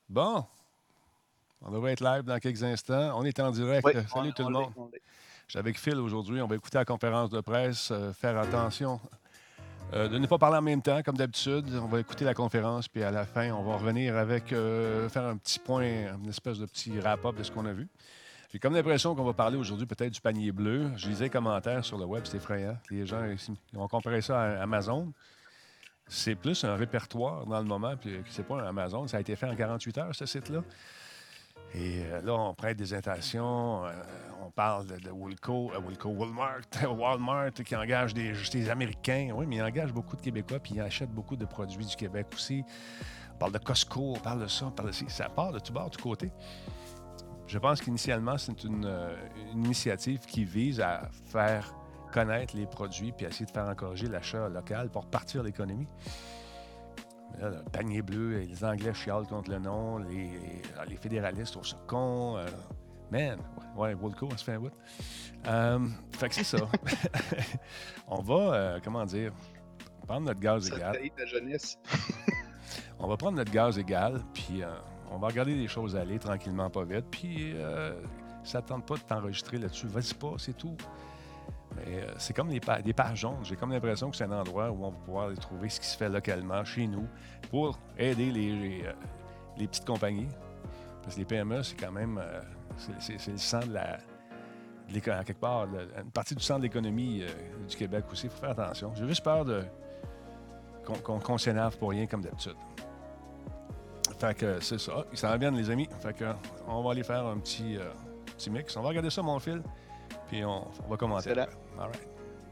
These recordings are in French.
Bon, on devrait être live dans quelques instants. On est en direct. Oui, Salut tout le monde. Je suis avec Phil aujourd'hui. On va écouter la conférence de presse. Faire attention de ne pas parler en même temps, comme d'habitude. On va écouter la conférence, puis à la fin, on va revenir avec faire un petit point, une espèce de petit wrap-up de ce qu'on a vu. J'ai comme l'impression qu'on va parler aujourd'hui peut-être du panier bleu. Je lisais les commentaires sur le web, c'est effrayant. Les gens ils ont comparé ça à Amazon. C'est plus un répertoire dans le moment, puis c'est pas un Amazon. Ça a été fait en 48 heures, ce site-là. Et là, on prête des intentions. On parle de Walmart, Walmart qui engage des Américains. Oui, mais ils engagent beaucoup de Québécois, puis ils achètent beaucoup de produits du Québec aussi. On parle de Costco, on parle de ça, on parle de ça. Ça part de tout bord, de tout côté. Je pense qu'initialement, c'est une initiative qui vise à faire connaître les produits puis essayer de faire encourager l'achat local pour partir l'économie. Là, le panier bleu, les Anglais chialent contre le nom, les fédéralistes trouvent ça con. Man, ouais, Woolco, on se fait un bout. Fait que c'est ça. On va, comment dire, prendre notre gaz ça égal. trahit ta jeunesse. On va prendre notre gaz égal, puis on va regarder les choses aller tranquillement, pas vite. Puis ça ne tente pas de t'enregistrer là-dessus. Vas-y pas, c'est tout. Mais c'est comme des pages jaunes. J'ai comme l'impression que c'est un endroit où on va pouvoir aller trouver ce qui se fait localement chez nous pour aider les petites compagnies. Parce que les PME, c'est quand même c'est le sang de l'économie, quelque part, une partie du sang de l'économie du Québec aussi. Il faut faire attention. J'ai juste peur qu'on s'énerve pour rien comme d'habitude. Fait que c'est ça. Ils s'en viennent, les amis. Fait que on va aller faire un petit mix. On va regarder ça, mon fil. Puis on va commenter. All right.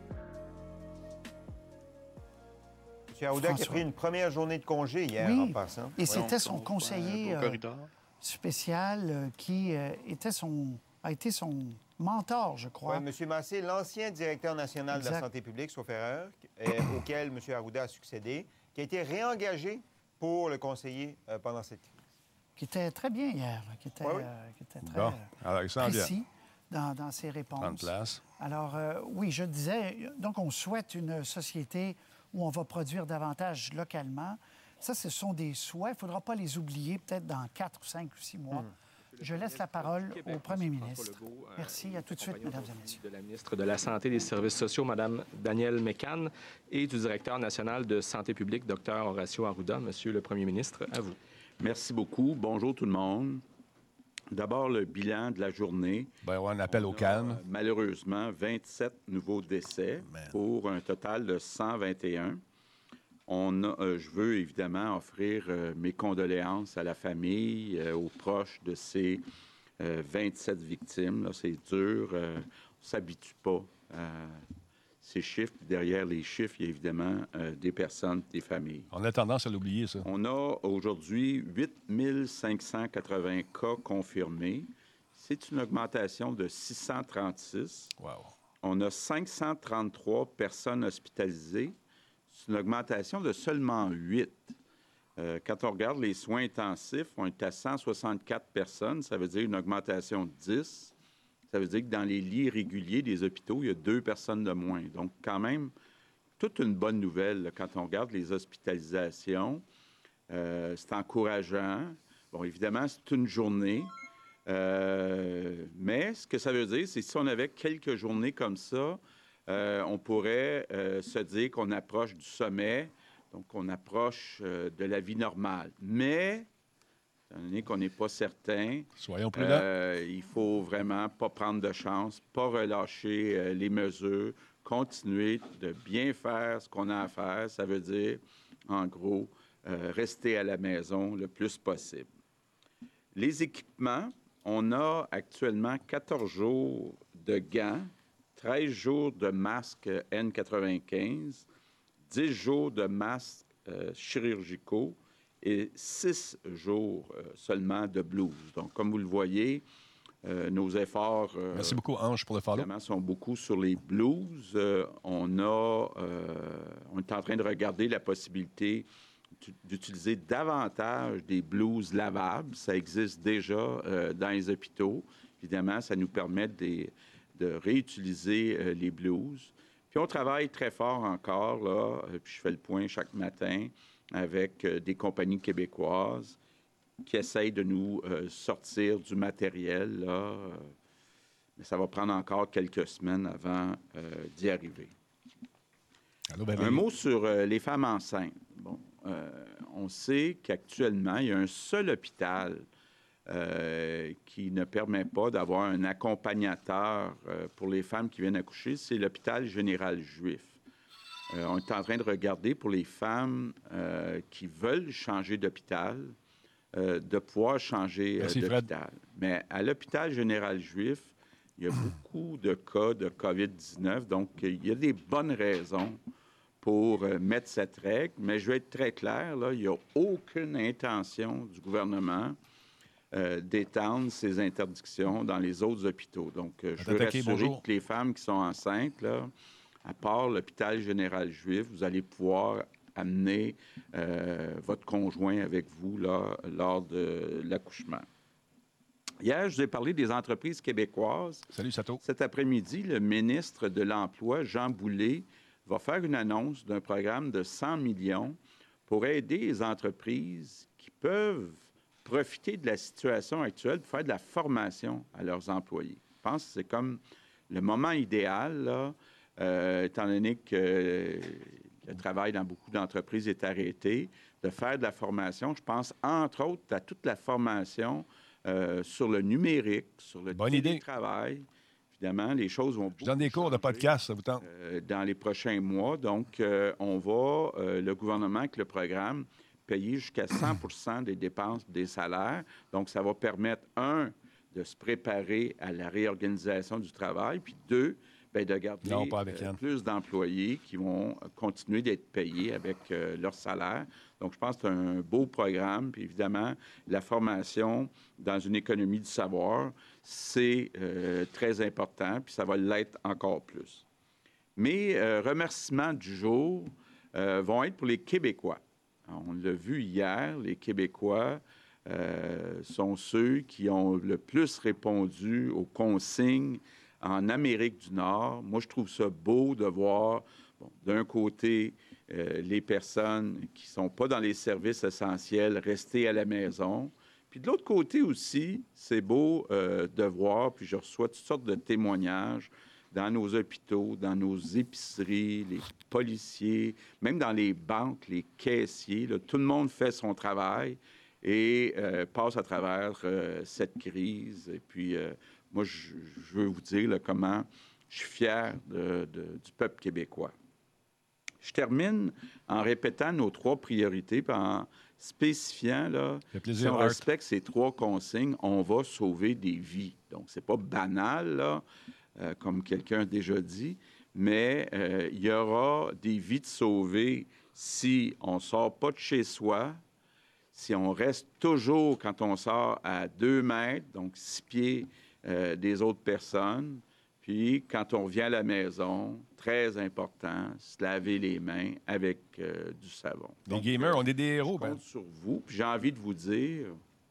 M. Arruda qui a pris une première journée de congé hier, oui, en passant. Et c'était son conseiller spécial qui a été son mentor, je crois. Oui, M. Massé, l'ancien directeur national de la santé publique, sauf erreur, auquel M. Arruda a succédé, qui a été réengagé pour le conseiller pendant cette crise. Qui était très bien hier, qui était très alors, précis dans ses réponses. Prendre place. Alors, oui, je disais, donc on souhaite une société où on va produire davantage localement. Ça, ce sont des souhaits. Il ne faudra pas les oublier peut-être dans 4 ou 5 ou 6 mois. Je laisse la parole au premier ministre. Merci. À tout de suite, mesdames et messieurs. De la ministre de la Santé et des Services sociaux, Mme Danielle Mécan, et du directeur national de santé publique, Dr Horacio Arruda. Monsieur le premier ministre, à vous. Merci beaucoup. Bonjour tout le monde. D'abord, le bilan de la journée. Bien, on appelle au calme. Malheureusement, 27 nouveaux décès pour un total de 121. Je veux évidemment offrir mes condoléances à la famille, aux proches de ces 27 victimes. Là, c'est dur. On ne s'habitue pas à ces chiffres. Derrière les chiffres, il y a évidemment des personnes, des familles. On a tendance à l'oublier, ça. On a aujourd'hui 8 580 cas confirmés. C'est une augmentation de 636. Wow. On a 533 personnes hospitalisées. C'est une augmentation de seulement 8. Quand on regarde les soins intensifs, on est à 164 personnes. Ça veut dire une augmentation de 10. Ça veut dire que dans les lits réguliers des hôpitaux, il y a 2 personnes de moins. Donc, quand même, toute une bonne nouvelle là, quand on regarde les hospitalisations. C'est encourageant. Bon, évidemment, c'est une journée. Mais ce que ça veut dire, c'est que si on avait quelques journées comme ça, on pourrait se dire qu'on approche du sommet, donc on approche de la vie normale. Mais, étant donné qu'on n'est pas certain, soyons prudents. Il faut vraiment pas prendre de chance, pas relâcher les mesures, continuer de bien faire ce qu'on a à faire. Ça veut dire, en gros, rester à la maison le plus possible. Les équipements, on a actuellement 14 jours de gants, 13 jours de masques N95, 10 jours de masques chirurgicaux et 6 jours seulement de blouses. Donc, comme vous le voyez, nos efforts Merci beaucoup, Ange, pour le follow. Sont beaucoup sur les blouses. On est en train de regarder la possibilité d'utiliser davantage des blouses lavables. Ça existe déjà dans les hôpitaux. Évidemment, ça nous permet de réutiliser les blouses. Puis on travaille très fort encore, là, puis je fais le point chaque matin avec des compagnies québécoises qui essayent de nous sortir du matériel, là. Mais ça va prendre encore quelques semaines avant d'y arriver. Allô, Un mot sur les femmes enceintes. Bon, on sait qu'actuellement, il y a un seul hôpital qui ne permet pas d'avoir un accompagnateur pour les femmes qui viennent accoucher, c'est l'hôpital général juif. On est en train de regarder pour les femmes qui veulent changer d'hôpital, de pouvoir changer d'hôpital. Mais à l'hôpital général juif, il y a beaucoup de cas de COVID-19, donc il y a des bonnes raisons pour mettre cette règle. Mais je vais être très clair, là, il n'y a aucune intention du gouvernement d'étendre ces interdictions dans les autres hôpitaux. Donc, je veux rassurer que les femmes qui sont enceintes, là, à part l'hôpital général juif, vous allez pouvoir amener votre conjoint avec vous là, lors de l'accouchement. Hier, je vous ai parlé des entreprises québécoises. Salut, Sato. Cet après-midi, le ministre de l'Emploi, Jean Boulet, va faire une annonce d'un programme de 100 millions pour aider les entreprises qui peuvent profiter de la situation actuelle pour faire de la formation à leurs employés. Je pense que c'est comme le moment idéal, là, étant donné que le travail dans beaucoup d'entreprises est arrêté, de faire de la formation. Je pense, entre autres, à toute la formation sur le numérique, sur le télétravail. Évidemment, les choses vont beaucoup Je donne des cours de podcast, ça vous tente? Dans les prochains mois. Donc, on va, le gouvernement, avec le programme, payer jusqu'à 100 des dépenses des salaires. Donc, ça va permettre, un, de se préparer à la réorganisation du travail, puis deux, bien, de garder plus d'employés qui vont continuer d'être payés avec leur salaire. Donc, je pense que c'est un beau programme. Puis, évidemment, la formation dans une économie du savoir, c'est très important, puis ça va l'être encore plus. Mes remerciements du jour vont être pour les Québécois. Alors, on l'a vu hier, les Québécois sont ceux qui ont le plus répondu aux consignes en Amérique du Nord. Moi, je trouve ça beau de voir, bon, d'un côté, les personnes qui ne sont pas dans les services essentiels rester à la maison. Puis de l'autre côté aussi, c'est beau de voir, puis je reçois toutes sortes de témoignages dans nos hôpitaux, dans nos épiceries, les policiers, même dans les banques, les caissiers. Là, tout le monde fait son travail et passe à travers cette crise. Et puis, moi, je veux vous dire là, comment je suis fier du peuple québécois. Je termine en répétant nos 3 priorités, puis en spécifiant, là, si on respecte ces 3 consignes, on va sauver des vies. Donc, c'est pas banal, là, comme quelqu'un a déjà dit, mais il y aura des vies de sauvées si on ne sort pas de chez soi, si on reste toujours, quand on sort, à 2 mètres, donc 6 pieds des autres personnes. Puis, quand on revient à la maison, très important, se laver les mains avec du savon. Les gamers, on est des héros. Je compte sur vous. Puis j'ai envie de vous dire,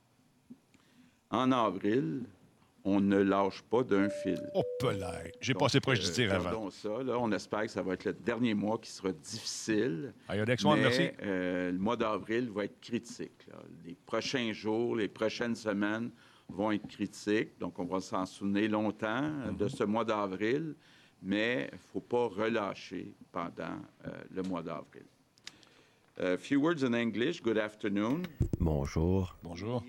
en avril, on ne lâche pas d'un fil. Oh, pelaire! J'ai passé proche du tir avant. Ça, là, on espère que ça va être le dernier mois qui sera difficile. Merci. Le mois d'avril va être critique. Là. Les prochains jours, les prochaines semaines vont être critiques. Donc, on va s'en souvenir longtemps de ce mois d'avril, mais il ne faut pas relâcher pendant le mois d'avril. Few words in English. Good afternoon. Bonjour. Bonjour.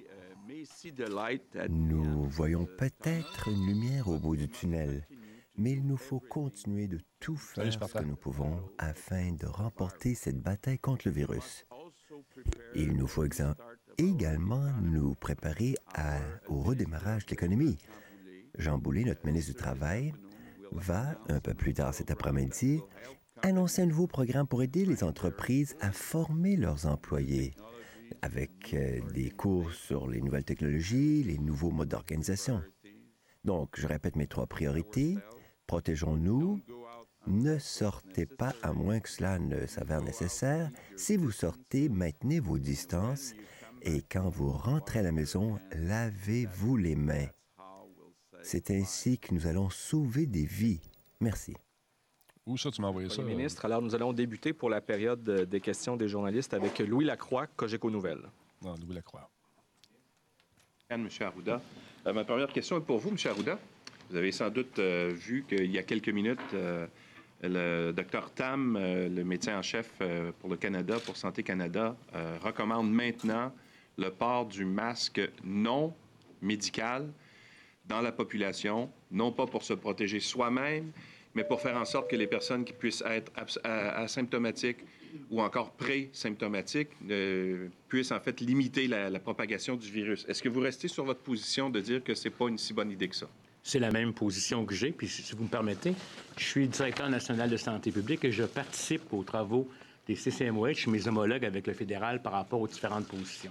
Nous voyons peut-être une lumière au bout du tunnel, mais il nous faut continuer de tout faire ce que nous pouvons afin de remporter cette bataille contre le virus. Il nous faut également nous préparer au redémarrage de l'économie. Jean Boulet, notre ministre du Travail, va, un peu plus tard cet après-midi, annoncer un nouveau programme pour aider les entreprises à former leurs employés, avec des cours sur les nouvelles technologies, les nouveaux modes d'organisation. Donc, je répète mes 3 priorités. Protégeons-nous. Ne sortez pas à moins que cela ne s'avère nécessaire. Si vous sortez, maintenez vos distances. Et quand vous rentrez à la maison, lavez-vous les mains. C'est ainsi que nous allons sauver des vies. Merci. Où ça, tu m'as envoyé ça? Ministre, alors nous allons débuter pour la période des questions des journalistes avec Louis Lacroix, Cogeco Nouvelles. Non, Louis Lacroix. M. Arruda. Ma première question est pour vous, M. Arruda. Vous avez sans doute vu qu'il y a quelques minutes, le Dr Tam, le médecin en chef pour le Canada, pour Santé Canada, recommande maintenant le port du masque non médical dans la population, non pas pour se protéger soi-même, mais pour faire en sorte que les personnes qui puissent être asymptomatiques ou encore pré-symptomatiques puissent en fait limiter la propagation du virus. Est-ce que vous restez sur votre position de dire que c'est pas une si bonne idée que ça? C'est la même position que j'ai. Puis, si vous me permettez, je suis directeur national de santé publique et je participe aux travaux des CCMOH, mes homologues avec le fédéral par rapport aux différentes positions.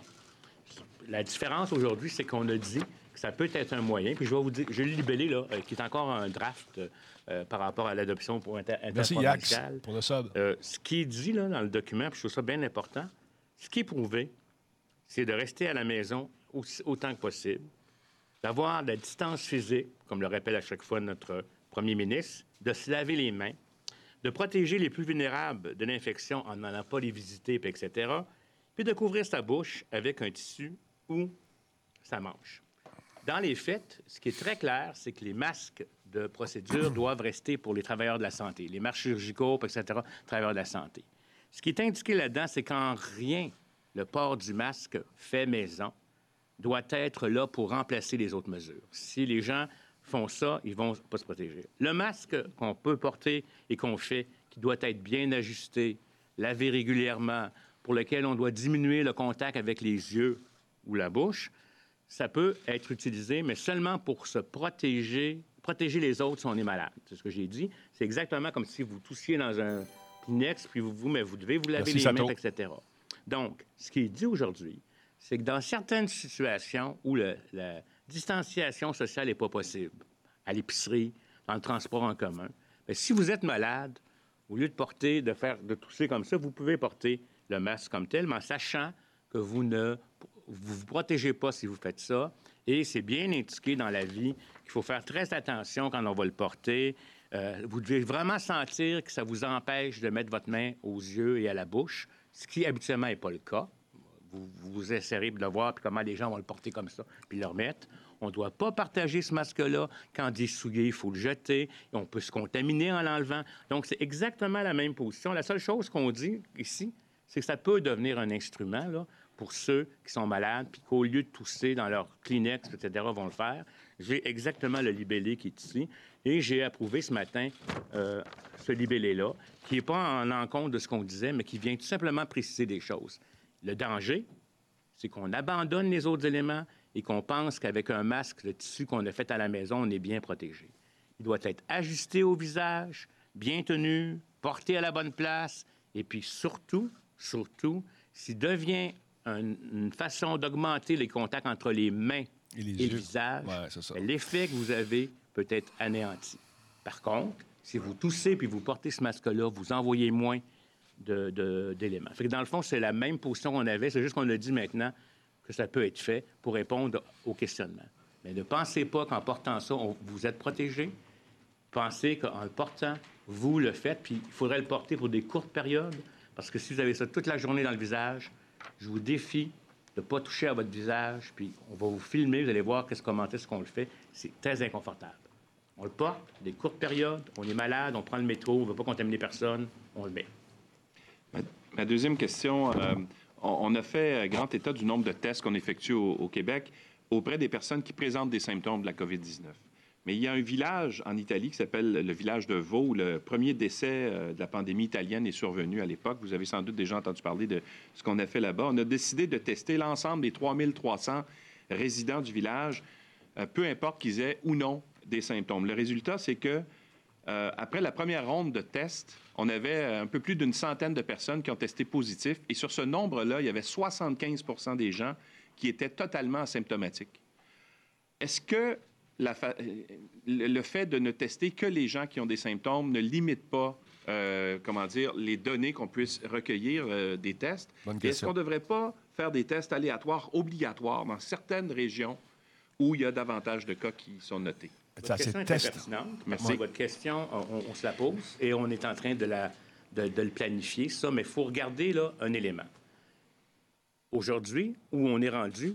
La différence aujourd'hui, c'est qu'on a dit que ça peut être un moyen. Puis je vais vous dire, j'ai le libellé, là, qui est encore un draft par rapport à l'adoption pour interprovinciale. Pour le sub. Ce qui est dit là, dans le document, puis je trouve ça bien important, ce qui est prouvé, c'est de rester à la maison autant que possible, d'avoir la distance physique, comme le rappelle à chaque fois notre premier ministre, de se laver les mains, de protéger les plus vulnérables de l'infection en n'allant pas les visiter, etc., puis de couvrir sa bouche avec un tissu ou sa manche. Dans les faits, ce qui est très clair, c'est que les masques de procédure doivent rester pour les travailleurs de la santé, les masques chirurgicaux, etc., travailleurs de la santé. Ce qui est indiqué là-dedans, c'est qu'en rien, le port du masque fait maison doit être là pour remplacer les autres mesures. Si les gens font ça, ils vont pas se protéger. Le masque qu'on peut porter et qu'on fait, qui doit être bien ajusté, lavé régulièrement, pour lequel on doit diminuer le contact avec les yeux ou la bouche, ça peut être utilisé, mais seulement pour se protéger les autres si on est malade. C'est ce que j'ai dit. C'est exactement comme si vous toussiez dans un Kleenex, puis mais vous devez vous laver les mains, etc. Donc, ce qui est dit aujourd'hui, c'est que dans certaines situations où la distanciation sociale n'est pas possible, à l'épicerie, dans le transport en commun, bien, si vous êtes malade, au lieu de tousser comme ça, vous pouvez porter le masque comme tel, mais en sachant que vous ne vous protégez pas si vous faites ça. Et c'est bien indiqué dans la vie qu'il faut faire très attention quand on va le porter. Vous devez vraiment sentir que ça vous empêche de mettre votre main aux yeux et à la bouche, ce qui habituellement n'est pas le cas. Vous essayerez de le voir, puis comment les gens vont le porter comme ça, puis le remettre. On ne doit pas partager ce masque-là. Quand il est souillé, il faut le jeter. Et on peut se contaminer en l'enlevant. Donc, c'est exactement la même position. La seule chose qu'on dit ici, c'est que ça peut devenir un instrument là, pour ceux qui sont malades, puis qu'au lieu de tousser dans leur Kleenex, etc., vont le faire. J'ai exactement le libellé qui est ici. Et j'ai approuvé ce matin ce libellé-là, qui n'est pas en encontre de ce qu'on disait, mais qui vient tout simplement préciser des choses. Le danger, c'est qu'on abandonne les autres éléments et qu'on pense qu'avec un masque, le tissu qu'on a fait à la maison, on est bien protégé. Il doit être ajusté au visage, bien tenu, porté à la bonne place, et puis surtout, s'il devient une façon d'augmenter les contacts entre les mains et le visage, l'effet que vous avez peut être anéanti. Par contre, si vous toussez puis vous portez ce masque-là, vous envoyez moins d'éléments. Fait que dans le fond, c'est la même position qu'on avait, c'est juste qu'on a dit maintenant que ça peut être fait pour répondre au questionnement. Mais ne pensez pas qu'en portant ça, vous êtes protégé. Pensez qu'en le portant, vous le faites, puis il faudrait le porter pour des courtes périodes, parce que si vous avez ça toute la journée dans le visage, je vous défie de ne pas toucher à votre visage, puis on va vous filmer, vous allez voir comment est-ce qu'on le fait. C'est très inconfortable. On le porte, des courtes périodes, on est malade, on prend le métro, on ne veut pas contaminer personne, on le met. Ma deuxième question, on a fait grand état du nombre de tests qu'on effectue au Québec auprès des personnes qui présentent des symptômes de la COVID-19. Mais il y a un village en Italie qui s'appelle le village de Vaud, où le premier décès de la pandémie italienne est survenu à l'époque. Vous avez sans doute déjà entendu parler de ce qu'on a fait là-bas. On a décidé de tester l'ensemble des 3300 résidents du village, peu importe qu'ils aient ou non des symptômes. Le résultat, c'est que après la première ronde de tests, on avait un peu plus d'une centaine de personnes qui ont testé positif. Et sur ce nombre-là, il y avait 75 % des gens qui étaient totalement asymptomatiques. Est-ce que le fait de ne tester que les gens qui ont des symptômes ne limite pas, les données qu'on puisse recueillir des tests? Est-ce qu'on ne devrait pas faire des tests aléatoires obligatoires dans certaines régions où il y a davantage de cas qui sont notés? Votre question est très pertinente. Merci. Votre question, on se la pose et on est en train de le planifier, ça, mais il faut regarder là, un élément. Aujourd'hui, où on est rendu,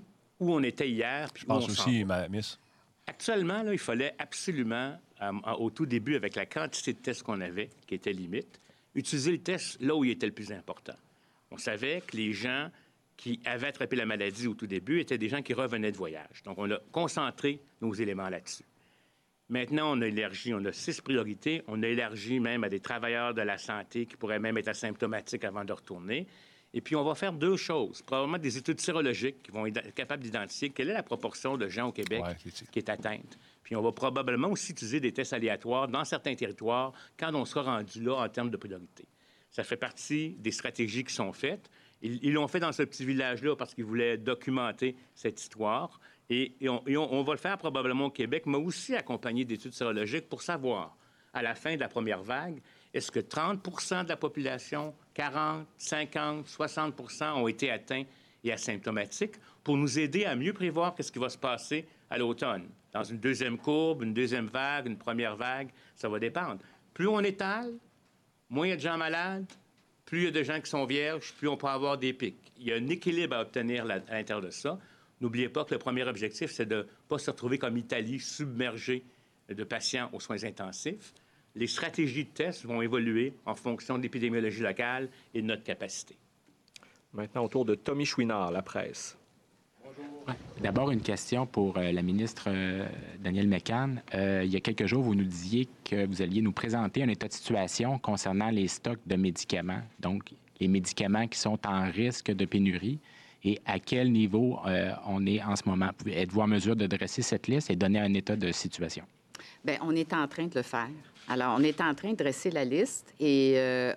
où on était hier. Je pense aussi, Miss. Actuellement, là, il fallait absolument, au tout début, avec la quantité de tests qu'on avait, qui était limite, utiliser le test là où il était le plus important. On savait que les gens qui avaient attrapé la maladie au tout début étaient des gens qui revenaient de voyage. Donc, on a concentré nos éléments là-dessus. Maintenant, on a élargi, on a 6 priorités. On a élargi même à des travailleurs de la santé qui pourraient même être asymptomatiques avant de retourner. Et puis, on va faire 2 choses. Probablement des études sérologiques qui vont être capables d'identifier quelle est la proportion de gens au Québec qui est atteinte. Puis, on va probablement aussi utiliser des tests aléatoires dans certains territoires quand on sera rendu là en termes de priorité. Ça fait partie des stratégies qui sont faites. Ils l'ont fait dans ce petit village-là parce qu'ils voulaient documenter cette histoire. Et on va le faire probablement au Québec, mais aussi accompagné d'études sérologiques pour savoir, à la fin de la première vague, est-ce que 30 de la population, 40, 50, 60 ont été atteints et asymptomatiques pour nous aider à mieux prévoir ce qui va se passer à l'automne. Dans une deuxième courbe, une deuxième vague, une première vague, ça va dépendre. Plus on étale, moins il y a de gens malades, plus il y a de gens qui sont vierges, plus on peut avoir des pics. Il y a un équilibre à obtenir à l'intérieur de ça. N'oubliez pas que le premier objectif, c'est de ne pas se retrouver comme l'Italie, submergé de patients aux soins intensifs. Les stratégies de tests vont évoluer en fonction de l'épidémiologie locale et de notre capacité. Maintenant, au tour de Tommy Chouinard, La Presse. Ouais. D'abord, une question pour la ministre Danielle McCann. Il y a quelques jours, vous nous disiez que vous alliez nous présenter un état de situation concernant les stocks de médicaments, donc les médicaments qui sont en risque de pénurie. Et à quel niveau on est en ce moment? Êtes-vous en mesure de dresser cette liste et donner un état de situation? Bien, on est en train de le faire. Alors, on est en train de dresser la liste et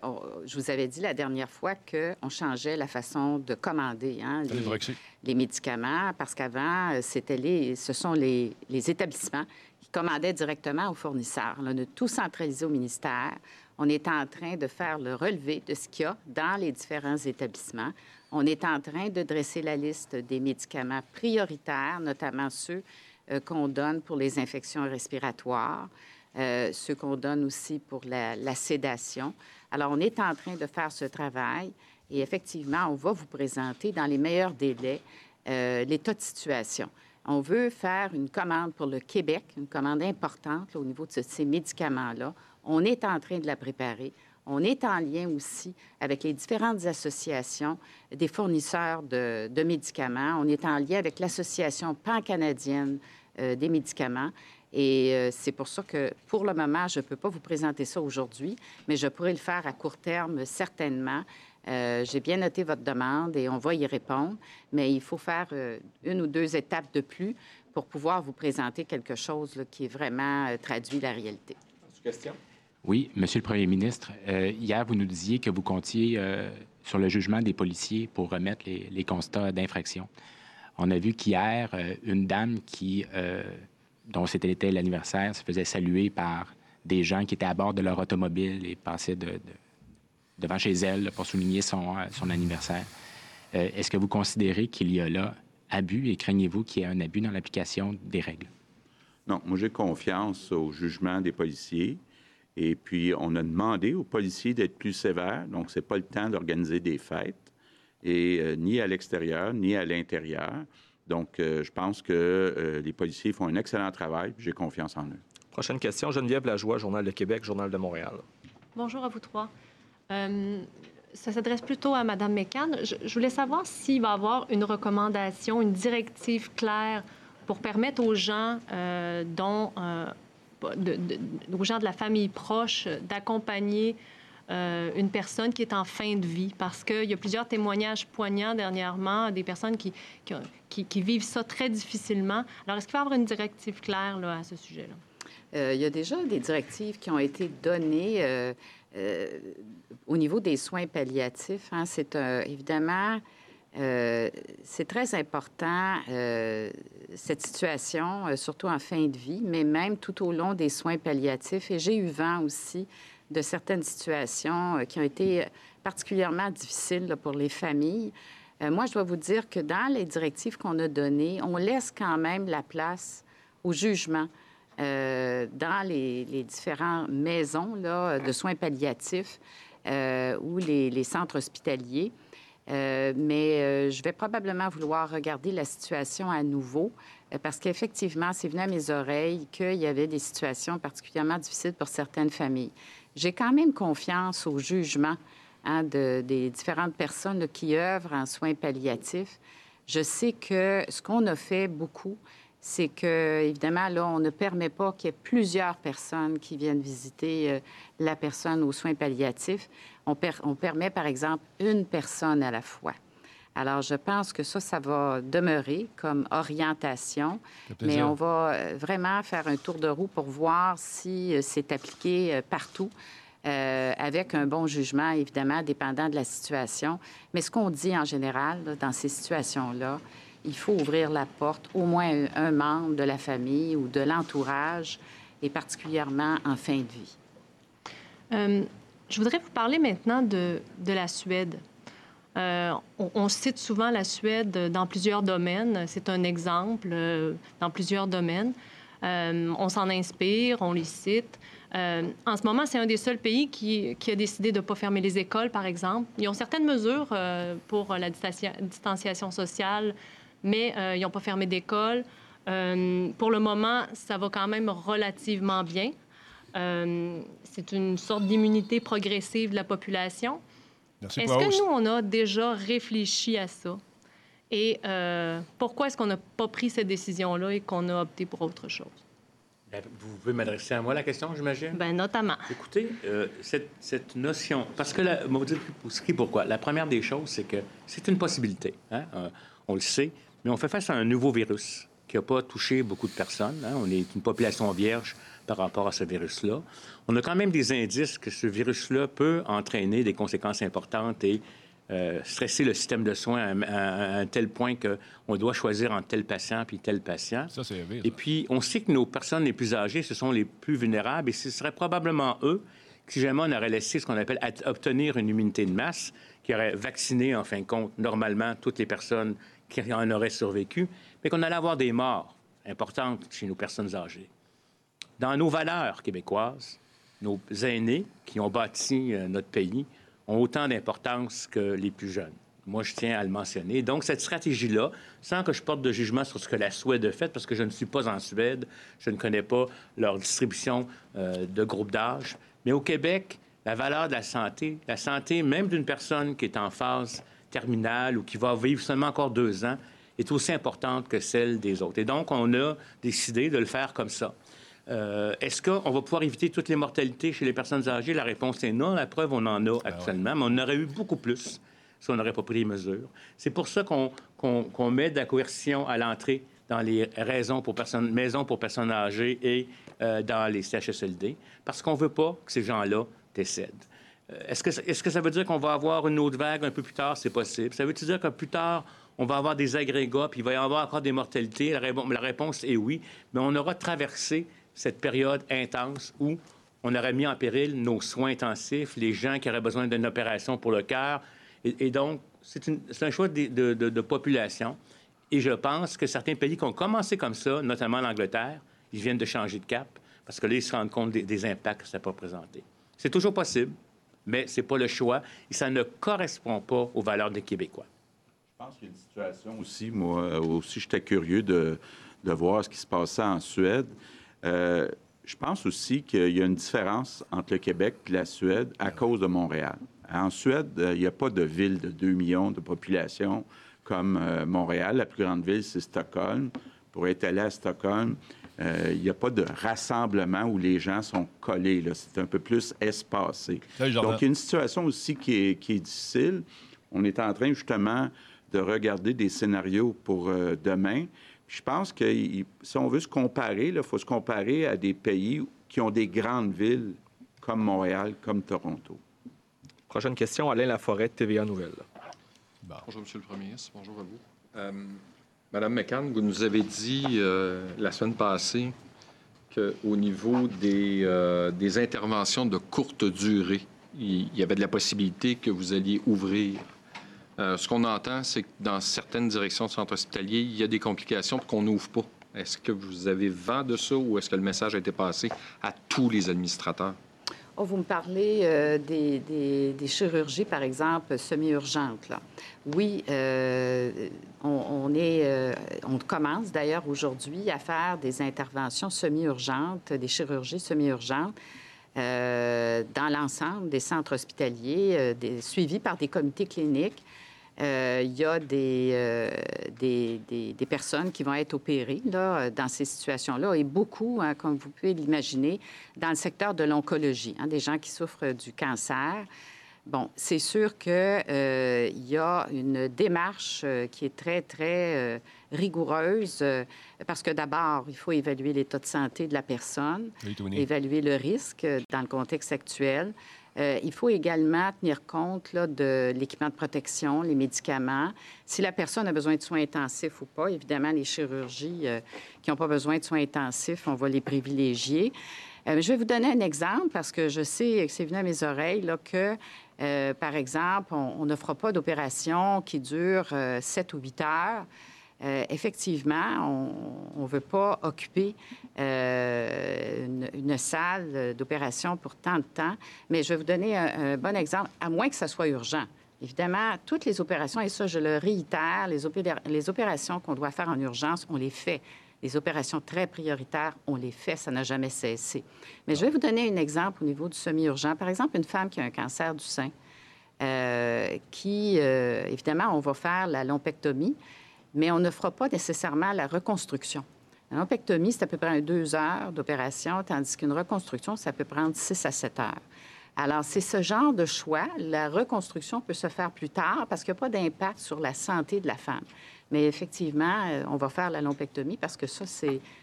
je vous avais dit la dernière fois qu'on changeait la façon de commander les médicaments parce qu'avant, ce sont les établissements qui commandaient directement aux fournisseurs. On a tout centralisé au ministère. On est en train de faire le relevé de ce qu'il y a dans les différents établissements. On est en train de dresser la liste des médicaments prioritaires, notamment ceux qu'on donne pour les infections respiratoires, ceux qu'on donne aussi pour la sédation. Alors, on est en train de faire ce travail et effectivement, on va vous présenter dans les meilleurs délais l'état de situation. On veut faire une commande pour le Québec, une commande importante là, au niveau de ces médicaments-là. On est en train de la préparer. On est en lien aussi avec les différentes associations des fournisseurs de médicaments. On est en lien avec l'Association pan-canadienne des médicaments. Et c'est pour ça que, pour le moment, je ne peux pas vous présenter ça aujourd'hui, mais je pourrai le faire à court terme, certainement. J'ai bien noté votre demande et on va y répondre, mais il faut faire 1 ou 2 étapes de plus pour pouvoir vous présenter quelque chose là, qui est vraiment traduit la réalité. Question? Oui, Monsieur le Premier ministre, hier, vous nous disiez que vous comptiez sur le jugement des policiers pour remettre les constats d'infraction. On a vu qu'hier, une dame dont c'était l'anniversaire se faisait saluer par des gens qui étaient à bord de leur automobile et passaient devant chez elle pour souligner son anniversaire. Est-ce que vous considérez qu'il y a là abus et craignez-vous qu'il y ait un abus dans l'application des règles? Non, moi j'ai confiance au jugement des policiers. Et puis, on a demandé aux policiers d'être plus sévères. Donc, ce n'est pas le temps d'organiser des fêtes, et ni à l'extérieur, ni à l'intérieur. Donc, je pense que les policiers font un excellent travail. J'ai confiance en eux. Prochaine question, Geneviève Lajoie, Journal de Québec, Journal de Montréal. Bonjour à vous trois. Ça s'adresse plutôt à Mme McCann. Je voulais savoir s'il va y avoir une recommandation, une directive claire pour permettre aux gens aux gens de la famille proche d'accompagner une personne qui est en fin de vie. Parce qu'il y a plusieurs témoignages poignants dernièrement, des personnes qui vivent ça très difficilement. Alors, est-ce qu'il va y avoir une directive claire là, à ce sujet-là? Il y a déjà des directives qui ont été données au niveau des soins palliatifs. Hein. C'est évidemment... c'est très important, cette situation, surtout en fin de vie, mais même tout au long des soins palliatifs. Et j'ai eu vent aussi de certaines situations qui ont été particulièrement difficiles là, pour les familles. Moi, je dois vous dire que dans les directives qu'on a données, on laisse quand même la place au jugement dans les différentes maisons là, de soins palliatifs ou les centres hospitaliers. Mais je vais probablement vouloir regarder la situation à nouveau parce qu'effectivement, c'est venu à mes oreilles qu'il y avait des situations particulièrement difficiles pour certaines familles. J'ai quand même confiance au jugement des différentes personnes là, qui œuvrent en soins palliatifs. Je sais que ce qu'on a fait beaucoup, c'est que, évidemment, là, on ne permet pas qu'il y ait plusieurs personnes qui viennent visiter la personne aux soins palliatifs. On permet, par exemple, une personne à la fois. Alors, je pense que ça va demeurer comme orientation, mais on va vraiment faire un tour de roue pour voir si c'est appliqué partout, avec un bon jugement, évidemment, dépendant de la situation. Mais ce qu'on dit en général, là, dans ces situations-là, il faut ouvrir la porte, au moins un membre de la famille ou de l'entourage, et particulièrement en fin de vie. Je voudrais vous parler maintenant de la Suède. On cite souvent la Suède dans plusieurs domaines. C'est un exemple dans plusieurs domaines. On s'en inspire, on les cite. En ce moment, c'est un des seuls pays qui a décidé de ne pas fermer les écoles, par exemple. Ils ont certaines mesures pour la distanciation sociale, mais ils n'ont pas fermé d'école. Pour le moment, ça va quand même relativement bien. C'est une sorte d'immunité progressive de la population. Est-ce que nous, on a déjà réfléchi à ça? Et pourquoi est-ce qu'on n'a pas pris cette décision-là et qu'on a opté pour autre chose? Vous pouvez m'adresser à moi la question, j'imagine? Bien, notamment. Écoutez, cette notion... Parce que, on va vous dire pourquoi. La première des choses, c'est que c'est une possibilité. Hein? On le sait, mais on fait face à un nouveau virus qui n'a pas touché beaucoup de personnes. Hein? On est une population vierge par rapport à ce virus-là. On a quand même des indices que ce virus-là peut entraîner des conséquences importantes et stresser le système de soins à un tel point qu'on doit choisir entre tel patient puis tel patient. Ça, c'est évident. Et puis, on sait que nos personnes les plus âgées, ce sont les plus vulnérables et ce serait probablement eux qui, jamais on aurait laissé ce qu'on appelle obtenir une immunité de masse, qui aurait vacciné, en fin de compte, normalement, toutes les personnes qui en auraient survécu, mais qu'on allait avoir des morts importantes chez nos personnes âgées. Dans nos valeurs québécoises, nos aînés qui ont bâti notre pays ont autant d'importance que les plus jeunes. Moi, je tiens à le mentionner. Donc, cette stratégie-là, sans que je porte de jugement sur ce que la Suède a fait, parce que je ne suis pas en Suède, je ne connais pas leur distribution de groupes d'âge, mais au Québec, la valeur de la santé même d'une personne qui est en phase terminale ou qui va vivre seulement encore 2 ans, est aussi importante que celle des autres. Et donc, on a décidé de le faire comme ça. Est-ce qu'on va pouvoir éviter toutes les mortalités chez les personnes âgées? La réponse est non. La preuve, on en a actuellement, mais on en aurait eu beaucoup plus si on n'aurait pas pris les mesures. C'est pour ça qu'on met de la coercition à l'entrée dans les maisons pour personnes âgées et dans les CHSLD, parce qu'on ne veut pas que ces gens-là décèdent. Est-ce que ça veut dire qu'on va avoir une autre vague un peu plus tard? C'est possible. Ça veut dire que plus tard, on va avoir des agrégats, puis il va y avoir encore des mortalités? La réponse est oui, mais on aura traversé cette période intense où on aurait mis en péril nos soins intensifs, les gens qui auraient besoin d'une opération pour le cœur. Et donc, c'est un choix de population. Et je pense que certains pays qui ont commencé comme ça, notamment l'Angleterre, ils viennent de changer de cap parce que là, ils se rendent compte des impacts que ça peut représenter. C'est toujours possible, mais ce n'est pas le choix et ça ne correspond pas aux valeurs des Québécois. Je pense qu'il y a une situation aussi, moi aussi, j'étais curieux de voir ce qui se passait en Suède. Je pense aussi qu'il y a une différence entre le Québec et la Suède à cause de Montréal. En Suède, il n'y a pas de ville de 2 millions de population comme Montréal. La plus grande ville, c'est Stockholm. Pour être allé à Stockholm, il n'y a pas de rassemblement où les gens sont collés. Là. C'est un peu plus espacé. Donc, il y a une situation aussi qui est difficile. On est en train, justement, de regarder des scénarios pour demain. Je pense que si on veut se comparer, il faut se comparer à des pays qui ont des grandes villes comme Montréal, comme Toronto. Prochaine question, Alain Laforêt, TVA Nouvelles. Bon. Bonjour, M. le Premier ministre. Bonjour à vous. Madame McCann, vous nous avez dit la semaine passée qu'au niveau des interventions de courte durée, il y avait de la possibilité que vous alliez ouvrir. Ce qu'on entend, c'est que dans certaines directions de centres hospitaliers, il y a des complications pour qu'on n'ouvre pas. Est-ce que vous avez vent de ça ou est-ce que le message a été passé à tous les administrateurs? Oh, vous me parlez des chirurgies, par exemple, semi-urgentes, là. Oui, on commence d'ailleurs aujourd'hui à faire des interventions semi-urgentes, des chirurgies semi-urgentes dans l'ensemble des centres hospitaliers, suivis par des comités cliniques. Il y a des personnes qui vont être opérées là, dans ces situations-là, et beaucoup, hein, comme vous pouvez l'imaginer, dans le secteur de l'oncologie, hein, des gens qui souffrent du cancer. Bon, c'est sûr qu'il y a une démarche qui est très, très rigoureuse, parce que d'abord, il faut évaluer l'état de santé de la personne, évaluer le risque dans le contexte actuel. Il faut également tenir compte là, de l'équipement de protection, les médicaments. Si la personne a besoin de soins intensifs ou pas, évidemment, les chirurgies qui n'ont pas besoin de soins intensifs, on va les privilégier. Je vais vous donner un exemple parce que je sais que c'est venu à mes oreilles là, que, par exemple, on ne fera pas d'opération qui dure 7 ou 8 heures. Effectivement, on ne veut pas occuper une salle d'opération pour tant de temps, mais je vais vous donner un bon exemple, à moins que ça soit urgent. Évidemment, toutes les opérations, et ça, je le réitère, les opérations qu'on doit faire en urgence, on les fait. Les opérations très prioritaires, on les fait, ça n'a jamais cessé. Mais je vais vous donner un exemple au niveau du semi-urgent. Par exemple, une femme qui a un cancer du sein, évidemment, on va faire la lumpectomie, mais on ne fera pas nécessairement la reconstruction. La lumpectomie, c'est à peu près 2 heures d'opération, tandis qu'une reconstruction, ça peut prendre 6 à 7 heures. Alors, c'est ce genre de choix. La reconstruction peut se faire plus tard parce qu'il n'y a pas d'impact sur la santé de la femme. Mais effectivement, on va faire la lumpectomie parce que ça,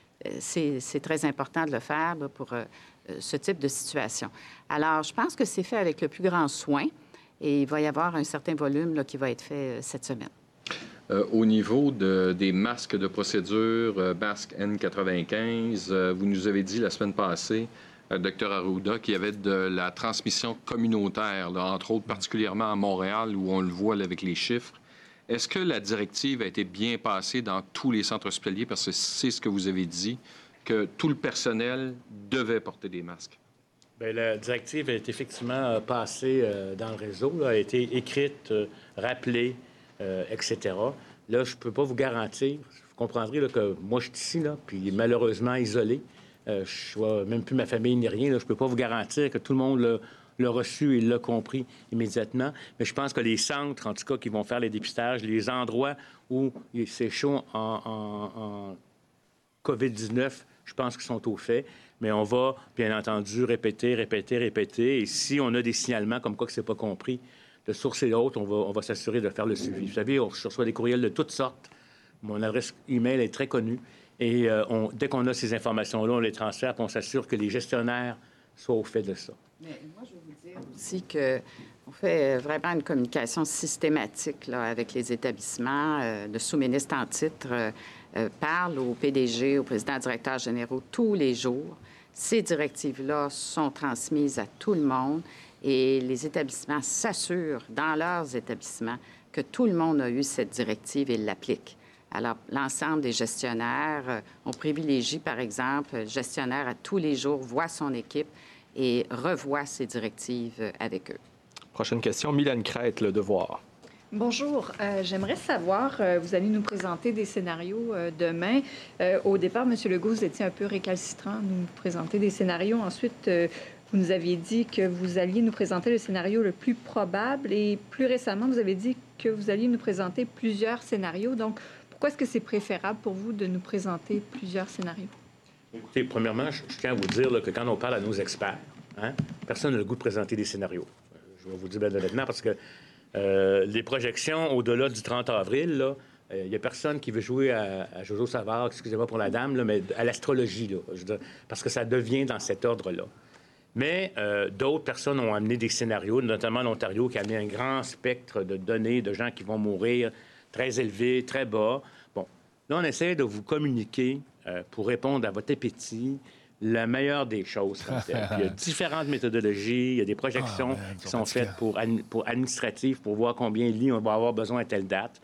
c'est très important de le faire là, pour ce type de situation. Alors, je pense que c'est fait avec le plus grand soin et il va y avoir un certain volume là, qui va être fait cette semaine. Au niveau des masques de procédure, masque N95, vous nous avez dit la semaine passée, Dr Arruda, qu'il y avait de la transmission communautaire, là, entre autres particulièrement à Montréal, où on le voit là, avec les chiffres. Est-ce que la directive a été bien passée dans tous les centres hospitaliers? Parce que c'est ce que vous avez dit, que tout le personnel devait porter des masques. Bien, la directive est effectivement passée dans le réseau, là, a été écrite, rappelée, etc. Là, je ne peux pas vous garantir. Vous comprendrez là, que moi, je suis ici, là, puis malheureusement isolé. Je vois même plus ma famille ni rien. Là, je ne peux pas vous garantir que tout le monde l'a reçu et l'a compris immédiatement. Mais je pense que les centres, en tout cas, qui vont faire les dépistages, les endroits où c'est chaud en COVID-19, je pense qu'ils sont au fait. Mais on va, bien entendu, répéter. Et si on a des signalements comme quoi que ce n'est pas compris, de source et d'autres, on va s'assurer de faire le suivi. Vous savez, on reçoit des courriels de toutes sortes. Mon adresse email est très connue. Et dès qu'on a ces informations-là, on les transfère et on s'assure que les gestionnaires soient au fait de ça. Mais moi, je vais vous dire aussi qu'on fait vraiment une communication systématique là, avec les établissements. Le sous-ministre en titre parle au PDG, au président directeur généraux tous les jours. Ces directives-là sont transmises à tout le monde. Et les établissements s'assurent, dans leurs établissements, que tout le monde a eu cette directive et l'applique. Alors, l'ensemble des gestionnaires, on privilégie, par exemple, le gestionnaire à tous les jours voit son équipe et revoit ses directives avec eux. Prochaine question, Mylène Crête, Le Devoir. Bonjour. J'aimerais savoir, vous allez nous présenter des scénarios demain. Au départ, M. Legault, vous étiez un peu récalcitrant de nous présenter des scénarios. Ensuite, vous nous aviez dit que vous alliez nous présenter le scénario le plus probable et plus récemment, vous avez dit que vous alliez nous présenter plusieurs scénarios. Donc, pourquoi est-ce que c'est préférable pour vous de nous présenter plusieurs scénarios? Écoutez, premièrement, je tiens à vous dire là, que quand on parle à nos experts, hein, personne n'a le goût de présenter des scénarios. Je vais vous dire bien honnêtement parce que les projections au-delà du 30 avril, il n'y a personne qui veut jouer à Jojo Savard, excusez-moi pour la dame, là, mais à l'astrologie, là, je veux dire, parce que ça devient dans cet ordre-là. Mais d'autres personnes ont amené des scénarios, notamment l'Ontario, qui a amené un grand spectre de données de gens qui vont mourir, très élevés, très bas. Bon, là, on essaie de vous communiquer pour répondre à votre appétit la meilleure des choses. Puis, il y a différentes méthodologies, il y a des projections qui sont faites pour administratives, pour voir combien de lits on va avoir besoin à telle date.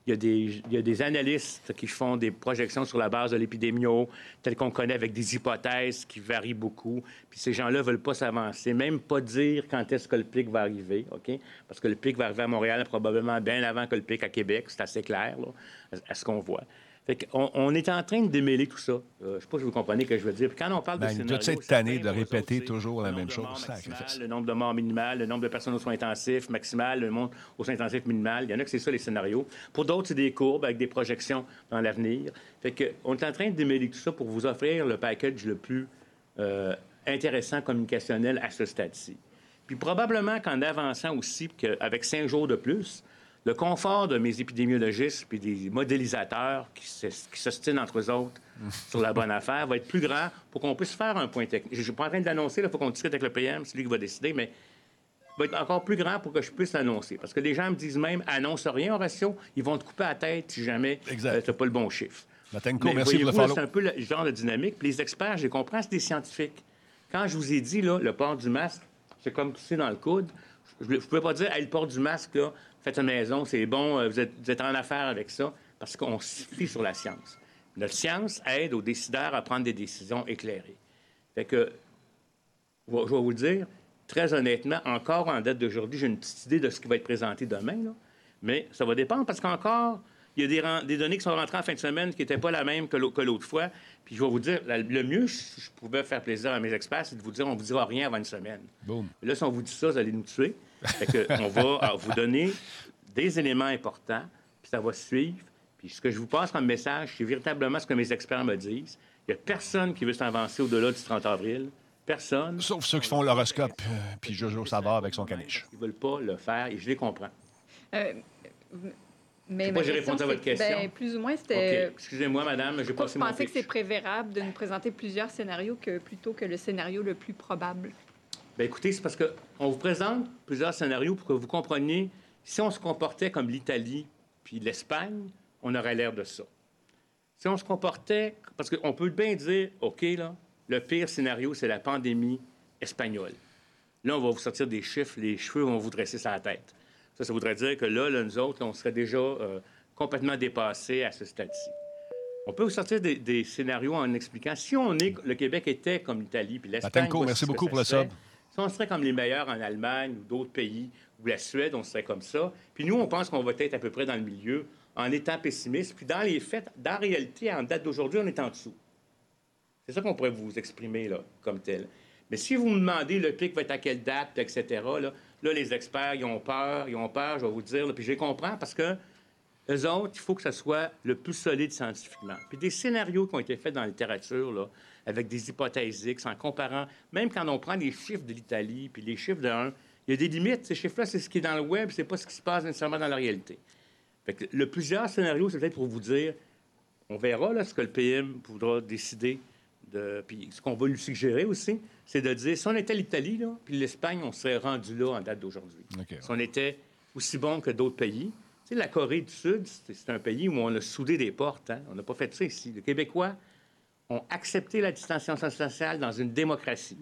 il y a des analystes qui font des projections sur la base de l'épidémio, telles qu'on connaît, avec des hypothèses qui varient beaucoup. Puis ces gens-là ne veulent pas s'avancer, même pas dire quand est-ce que le pic va arriver, OK? Parce que le pic va arriver à Montréal probablement bien avant que le pic à Québec. C'est assez clair, là, à ce qu'on voit. Fait on est en train de démêler tout ça. Je ne sais pas si vous comprenez ce que je veux dire. Puis quand on parle de scénario... Toute cette année de répéter toujours la même chose. Le nombre de morts minimal, le nombre de personnes aux soins intensifs maximal, le nombre aux soins intensifs minimal. Il y en a que c'est ça, les scénarios. Pour d'autres, c'est des courbes avec des projections dans l'avenir. Fait qu'on est en train de démêler tout ça pour vous offrir le package le plus intéressant communicationnel à ce stade-ci. Puis probablement qu'en avançant aussi, qu'avec 5 jours de plus, le confort de mes épidémiologistes et des modélisateurs qui s'ostinent entre eux autres sur la bonne affaire va être plus grand pour qu'on puisse faire un point technique. Je ne suis pas en train de l'annoncer, il faut qu'on discute avec le PM, c'est lui qui va décider, mais va être encore plus grand pour que je puisse l'annoncer. Parce que les gens me disent même, annonce rien, Horacio, ils vont te couper la tête si jamais tu n'as pas le bon chiffre. Matenko, merci pour le follow. C'est un peu le genre de dynamique. Puis les experts, je les comprends, c'est des scientifiques. Quand je vous ai dit, là, le port du masque, c'est comme tousser dans le coude, je ne pouvais pas dire, hey, le port du masque, là, faites une maison, c'est bon, vous êtes en affaire avec ça, parce qu'on se fie sur la science. Notre science aide aux décideurs à prendre des décisions éclairées. Fait que, je vais vous le dire, très honnêtement, encore en date d'aujourd'hui, j'ai une petite idée de ce qui va être présenté demain, là, mais ça va dépendre parce qu'encore, il y a des données qui sont rentrées en fin de semaine qui n'étaient pas la même que l'autre fois. Puis je vais vous dire, le mieux, si je pouvais faire plaisir à mes experts, c'est de vous dire, on ne vous dira rien avant une semaine. Boom. Là, si on vous dit ça, vous allez nous tuer. Fait que, on va vous donner des éléments importants, puis ça va suivre. Puis ce que je vous passe comme message, c'est véritablement ce que mes experts me disent. Il n'y a personne qui veut s'avancer au-delà du 30 avril. Personne. Sauf ceux qui font l'horoscope, puis Jojo Savard avec son caniche. Ils ne veulent pas le faire, et je les comprends. Mais j'ai répondu à votre question. Ben, plus ou moins, c'était... OK. Excusez-moi, madame, j'ai passé mon pitch. Vous pensez que c'est préférable de nous présenter plusieurs scénarios plutôt que le scénario le plus probable? Bien, écoutez, c'est parce qu'on vous présente plusieurs scénarios pour que vous compreniez, si on se comportait comme l'Italie puis l'Espagne, on aurait l'air de ça. Si on se comportait... Parce qu'on peut bien dire, OK, là, le pire scénario, c'est la pandémie espagnole. Là, on va vous sortir des chiffres, les cheveux vont vous dresser sur la tête. Ça voudrait dire que là, nous autres, on serait déjà complètement dépassés à ce stade-ci. On peut vous sortir des scénarios en expliquant, si le Québec était comme l'Italie puis l'Espagne... Matenko, merci beaucoup pour le sub. Si on serait comme les meilleurs en Allemagne ou d'autres pays, ou la Suède, on serait comme ça. Puis nous, on pense qu'on va être à peu près dans le milieu, en étant pessimiste. Puis dans les faits, dans la réalité, en date d'aujourd'hui, on est en dessous. C'est ça qu'on pourrait vous exprimer là, comme tel. Mais si vous me demandez le pic va être à quelle date, etc., là, les experts, ils ont peur, je vais vous dire, là, puis je les comprends parce que eux autres, il faut que ça soit le plus solide scientifiquement. Puis des scénarios qui ont été faits dans la littérature, là, avec des hypothèses X, en comparant, même quand on prend les chiffres de l'Italie, puis les chiffres de 1, il y a des limites. Ces chiffres-là, c'est ce qui est dans le web, c'est pas ce qui se passe nécessairement dans la réalité. Fait que plusieurs scénarios, c'est peut-être pour vous dire, on verra là, ce que le PM voudra décider. Puis ce qu'on va lui suggérer aussi, c'est de dire, si on était l'Italie, là, puis l'Espagne, on serait rendu là en date d'aujourd'hui. Okay. Si on était aussi bon que d'autres pays. Tu sais, la Corée du Sud, c'est un pays où on a soudé des portes. Hein? On n'a pas fait ça ici. Les Québécois ont accepté la distanciation sociale dans une démocratie.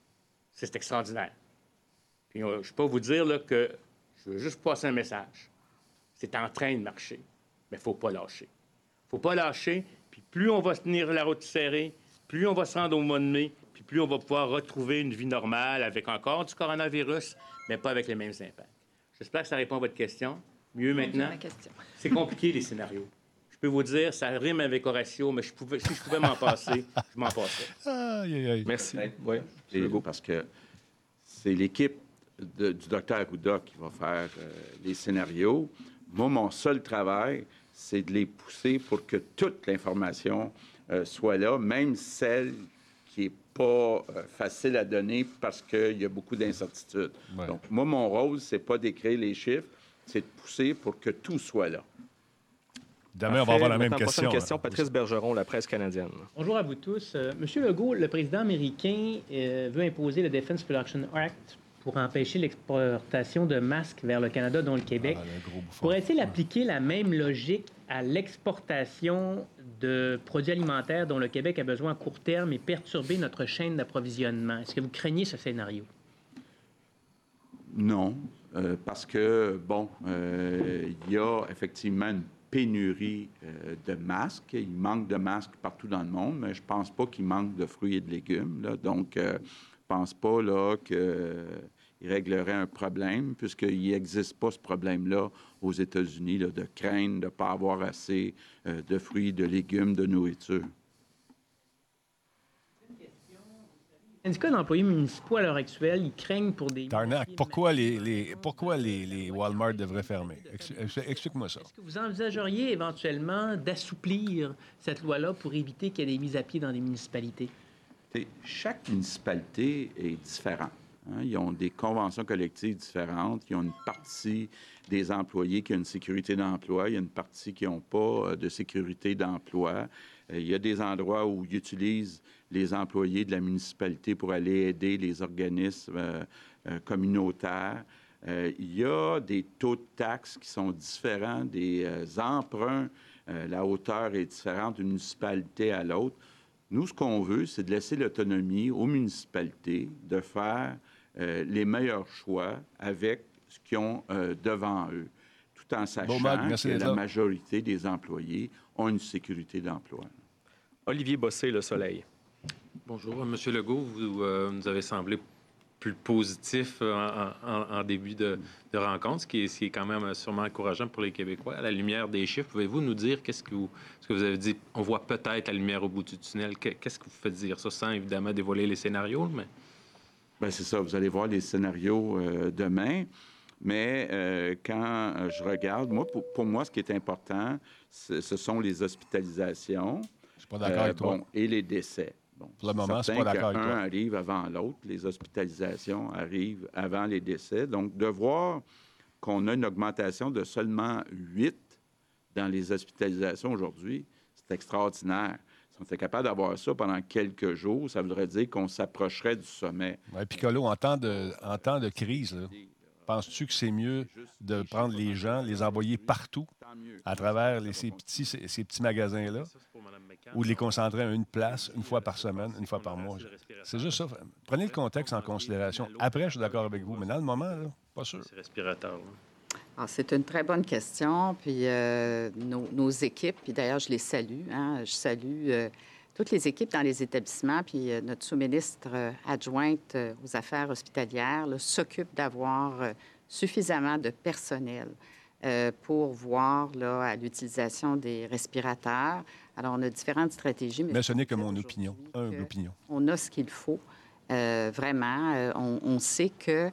C'est extraordinaire. Puis je ne vais pas vous dire là, que je veux juste passer un message. C'est en train de marcher, mais il ne faut pas lâcher. Il ne faut pas lâcher, puis plus on va se tenir la route serrée, plus on va se rendre au mois de mai, puis plus on va pouvoir retrouver une vie normale avec encore du coronavirus, mais pas avec les mêmes impacts. J'espère que ça répond à votre question. Mieux maintenant. C'est compliqué, les scénarios. Je peux vous dire, ça rime avec Horacio, mais si je pouvais m'en passer, je m'en passerais. Aïe, aïe, aïe. Merci. Oui. Parce que c'est l'équipe du docteur Arruda qui va faire les scénarios. Moi, mon seul travail, c'est de les pousser pour que toute l'information soit là, même celle qui n'est pas facile à donner parce qu'il y a beaucoup d'incertitudes. Ouais. Donc, moi, mon rôle, c'est pas d'écrire les chiffres, c'est de pousser pour que tout soit là. Demain, on va avoir la même question. Prochaine question, Patrice Bergeron, La Presse canadienne. Bonjour à vous tous. Monsieur Legault, le président américain veut imposer le Defense Production Act pour empêcher l'exportation de masques vers le Canada, dont le Québec. Pourrait-il appliquer la même logique à l'exportation de produits alimentaires dont le Québec a besoin à court terme et perturber notre chaîne d'approvisionnement? Est-ce que vous craignez ce scénario? Non, parce que, bon, il y a effectivement une pénurie de masques. Il manque de masques partout dans le monde, mais je ne pense pas qu'il manque de fruits et de légumes, là. Donc, je ne pense pas là, qu'il réglerait un problème, puisqu'il n'existe pas ce problème-là aux États-Unis, là, de craindre de ne pas avoir assez de fruits, de légumes, de nourriture. Les syndicats d'employés municipaux, à l'heure actuelle, ils craignent pour des... Tarnac, pourquoi les Walmart devraient fermer? Explique-moi ça. Est-ce que vous envisageriez éventuellement d'assouplir cette loi-là pour éviter qu'il y ait des mises à pied dans des municipalités? Chaque municipalité est différente. Hein? Ils ont des conventions collectives différentes. Ils ont une partie des employés qui a une sécurité d'emploi. Il y a une partie qui n'ont pas de sécurité d'emploi. Il y a des endroits où ils utilisent les employés de la municipalité pour aller aider les organismes communautaires. Il y a des taux de taxes qui sont différents, des emprunts. La hauteur est différente d'une municipalité à l'autre. Nous, ce qu'on veut, c'est de laisser l'autonomie aux municipalités de faire les meilleurs choix avec ce qu'ils ont devant eux, tout en sachant que la majorité des employés ont une sécurité d'emploi. Olivier Bossé, Le Soleil. Bonjour, M. Legault. Vous nous avez semblé plus positif en début de rencontre, ce qui est quand même sûrement encourageant pour les Québécois. À la lumière des chiffres, pouvez-vous nous dire ce que vous avez dit? On voit peut-être la lumière au bout du tunnel. Qu'est-ce que vous faites dire ça, sans évidemment dévoiler les scénarios? Mais... Bien, c'est ça. Vous allez voir les scénarios demain. Mais quand je regarde, pour moi, ce qui est important, ce sont les hospitalisations. Je suis pas d'accord avec toi. Et les décès. Bon, pour le moment, je suis pas d'accord avec toi. Un arrive avant l'autre. Les hospitalisations arrivent avant les décès. Donc, de voir qu'on a une augmentation de seulement 8 dans les hospitalisations aujourd'hui, c'est extraordinaire. Si on était capable d'avoir ça pendant quelques jours, ça voudrait dire qu'on s'approcherait du sommet. Oui, Piccolo, en temps de crise, là, penses-tu que c'est mieux de prendre les gens, les envoyer partout à travers ces petits magasins-là, ou de les concentrer à une place, une fois par semaine, une fois par mois? C'est juste ça. Prenez le contexte en considération. Après, je suis d'accord avec vous, mais dans le moment, là, pas sûr. C'est respirateur. Alors, c'est une très bonne question. Puis nos équipes, puis d'ailleurs, je les salue. Hein, je salue toutes les équipes dans les établissements, puis notre sous-ministre adjointe aux affaires hospitalières s'occupe d'avoir suffisamment de personnel pour voir là, à l'utilisation des respirateurs. Alors, on a différentes stratégies. Mais ce n'est que mon opinion, humble opinion. On a ce qu'il faut. Vraiment, on sait que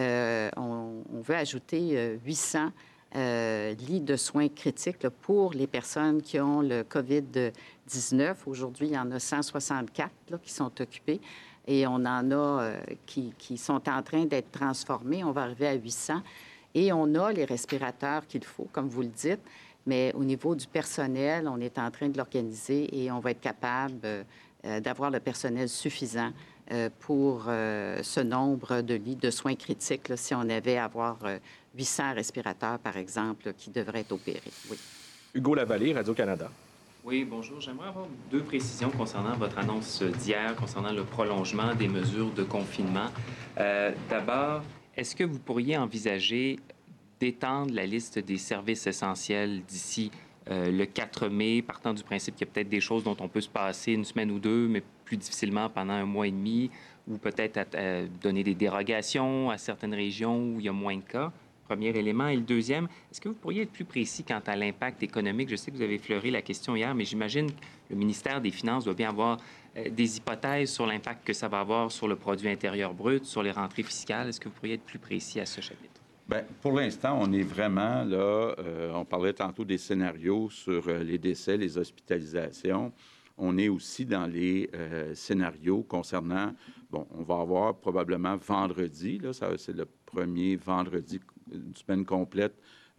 on veut ajouter 800 lits de soins critiques là, pour les personnes qui ont le COVID-19. Aujourd'hui, il y en a 164 là, qui sont occupés et on en a qui sont en train d'être transformés. On va arriver à 800 et on a les respirateurs qu'il faut, comme vous le dites, mais au niveau du personnel, on est en train de l'organiser et on va être capable d'avoir le personnel suffisant pour ce nombre de lits de soins critiques, là, si on avait à avoir 800 respirateurs, par exemple, là, qui devraient être opérés. Oui. Hugo Lavallée, Radio-Canada. Oui, bonjour. J'aimerais avoir 2 précisions concernant votre annonce d'hier, concernant le prolongement des mesures de confinement. D'abord, est-ce que vous pourriez envisager d'étendre la liste des services essentiels d'ici le 4 mai, partant du principe qu'il y a peut-être des choses dont on peut se passer une semaine ou 2, mais plus difficilement pendant 1 mois et demi, ou peut-être donner des dérogations à certaines régions où il y a moins de cas? Premier élément. Et le deuxième, est-ce que vous pourriez être plus précis quant à l'impact économique? Je sais que vous avez effleuré la question hier, mais j'imagine que le ministère des Finances doit bien avoir des hypothèses sur l'impact que ça va avoir sur le produit intérieur brut, sur les rentrées fiscales. Est-ce que vous pourriez être plus précis à ce chapitre? Bien, pour l'instant, on est vraiment là, on parlait tantôt des scénarios sur les décès, les hospitalisations. On est aussi dans les scénarios concernant, bon, on va avoir probablement vendredi, là, c'est le premier vendredi d'une semaine complète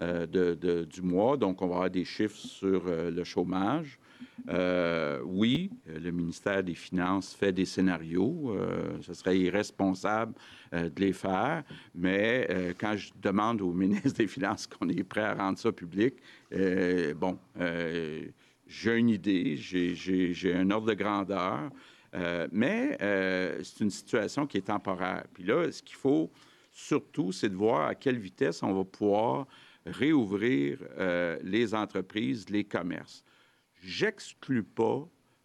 du mois, donc on va avoir des chiffres sur le chômage. Oui, le ministère des Finances fait des scénarios. Ce serait irresponsable de les faire, mais quand je demande au ministre des Finances qu'on est prêt à rendre ça public, j'ai une idée, j'ai un ordre de grandeur, mais c'est une situation qui est temporaire. Puis là, ce qu'il faut surtout, c'est de voir à quelle vitesse on va pouvoir réouvrir les entreprises, les commerces. J'exclus pas,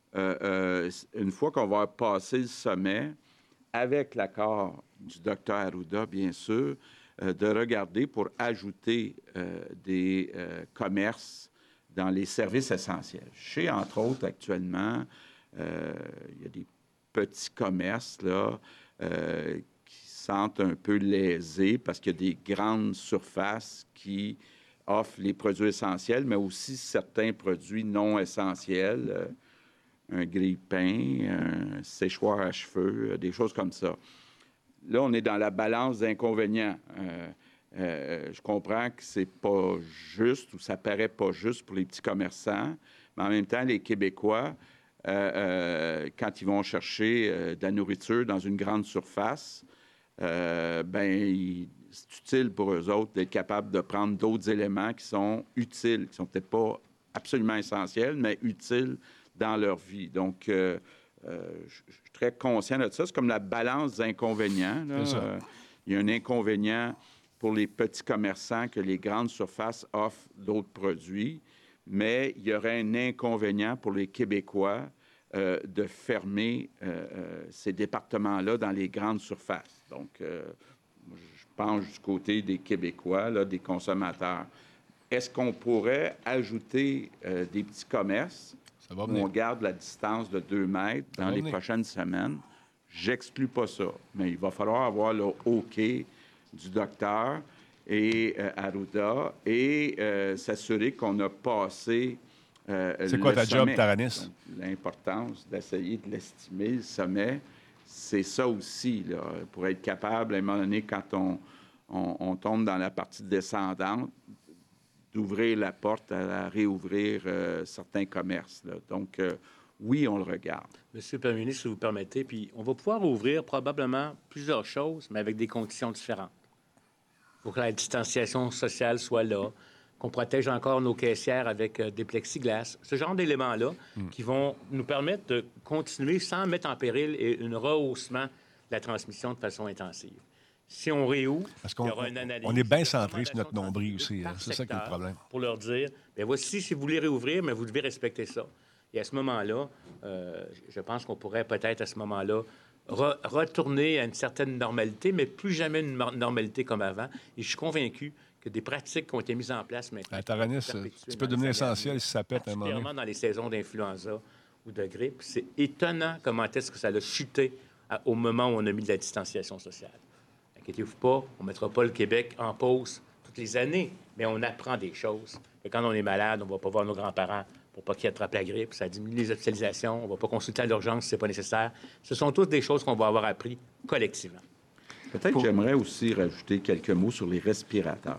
une fois qu'on va passer le sommet, avec l'accord du Dr Arruda, bien sûr, de regarder pour ajouter des commerces dans les services essentiels. Je sais, entre autres, actuellement, il y a des petits commerces là, qui sentent un peu lésés parce qu'il y a des grandes surfaces qui offrent les produits essentiels, mais aussi certains produits non essentiels, un grille-pain, un séchoir à cheveux, des choses comme ça. Là, on est dans la balance d'inconvénients. Je comprends que c'est pas juste ou ça paraît pas juste pour les petits commerçants, mais en même temps, les Québécois, quand ils vont chercher de la nourriture dans une grande surface, c'est utile pour eux autres d'être capables de prendre d'autres éléments qui sont utiles, qui sont peut-être pas absolument essentiels, mais utiles dans leur vie. Donc, je suis très conscient de ça. C'est comme la balance d'inconvénients. Il y a un inconvénient pour les petits commerçants que les grandes surfaces offrent d'autres produits, mais il y aurait un inconvénient pour les Québécois de fermer ces départements-là dans les grandes surfaces. Donc, je pense du côté des Québécois, là, des consommateurs. Est-ce qu'on pourrait ajouter des petits commerces où on garde la distance de 2 mètres dans les prochaines semaines? J'exclus pas ça, mais il va falloir avoir le OK du docteur et Arruda et s'assurer qu'on a passé c'est quoi ta job, Taranis? L'importance d'essayer de l'estimer, le sommet, c'est ça aussi, là, pour être capable, à un moment donné, quand on tombe dans la partie descendante, d'ouvrir la porte à réouvrir certains commerces. Là. Donc, oui, on le regarde. Monsieur le Premier ministre, si vous permettez, puis on va pouvoir ouvrir probablement plusieurs choses, mais avec des conditions différentes. Il faut que la distanciation sociale soit là, qu'on protège encore nos caissières avec des plexiglas, ce genre d'éléments-là qui vont nous permettre de continuer sans mettre en péril un rehaussement de la transmission de façon intensive. Si on réouvre, il y aura une analyse. On est bien centré sur notre nombril aussi. C'est ça qui est le problème. Pour leur dire, bien voici, si vous voulez réouvrir, mais vous devez respecter ça. Et à ce moment-là, je pense qu'on pourrait peut-être à ce moment-là retourner à une certaine normalité, mais plus jamais une normalité comme avant. Et je suis convaincu que des pratiques qui ont été mises en place maintenant... Taranis, tu peux devenir essentiel si ça pète un moment. Particulièrement dans les saisons d'influenza ou de grippe. C'est étonnant comment est-ce que ça a chuté au moment où on a mis de la distanciation sociale. Inquiétez-vous pas, on ne mettra pas le Québec en pause toutes les années, mais on apprend des choses. Et quand on est malade, on ne va pas voir nos grands-parents pour pas qu'ils attrapent la grippe. Ça diminue les hospitalisations. On ne va pas consulter à l'urgence si ce n'est pas nécessaire. Ce sont toutes des choses qu'on va avoir appris collectivement. Peut-être que j'aimerais aussi rajouter quelques mots sur les respirateurs.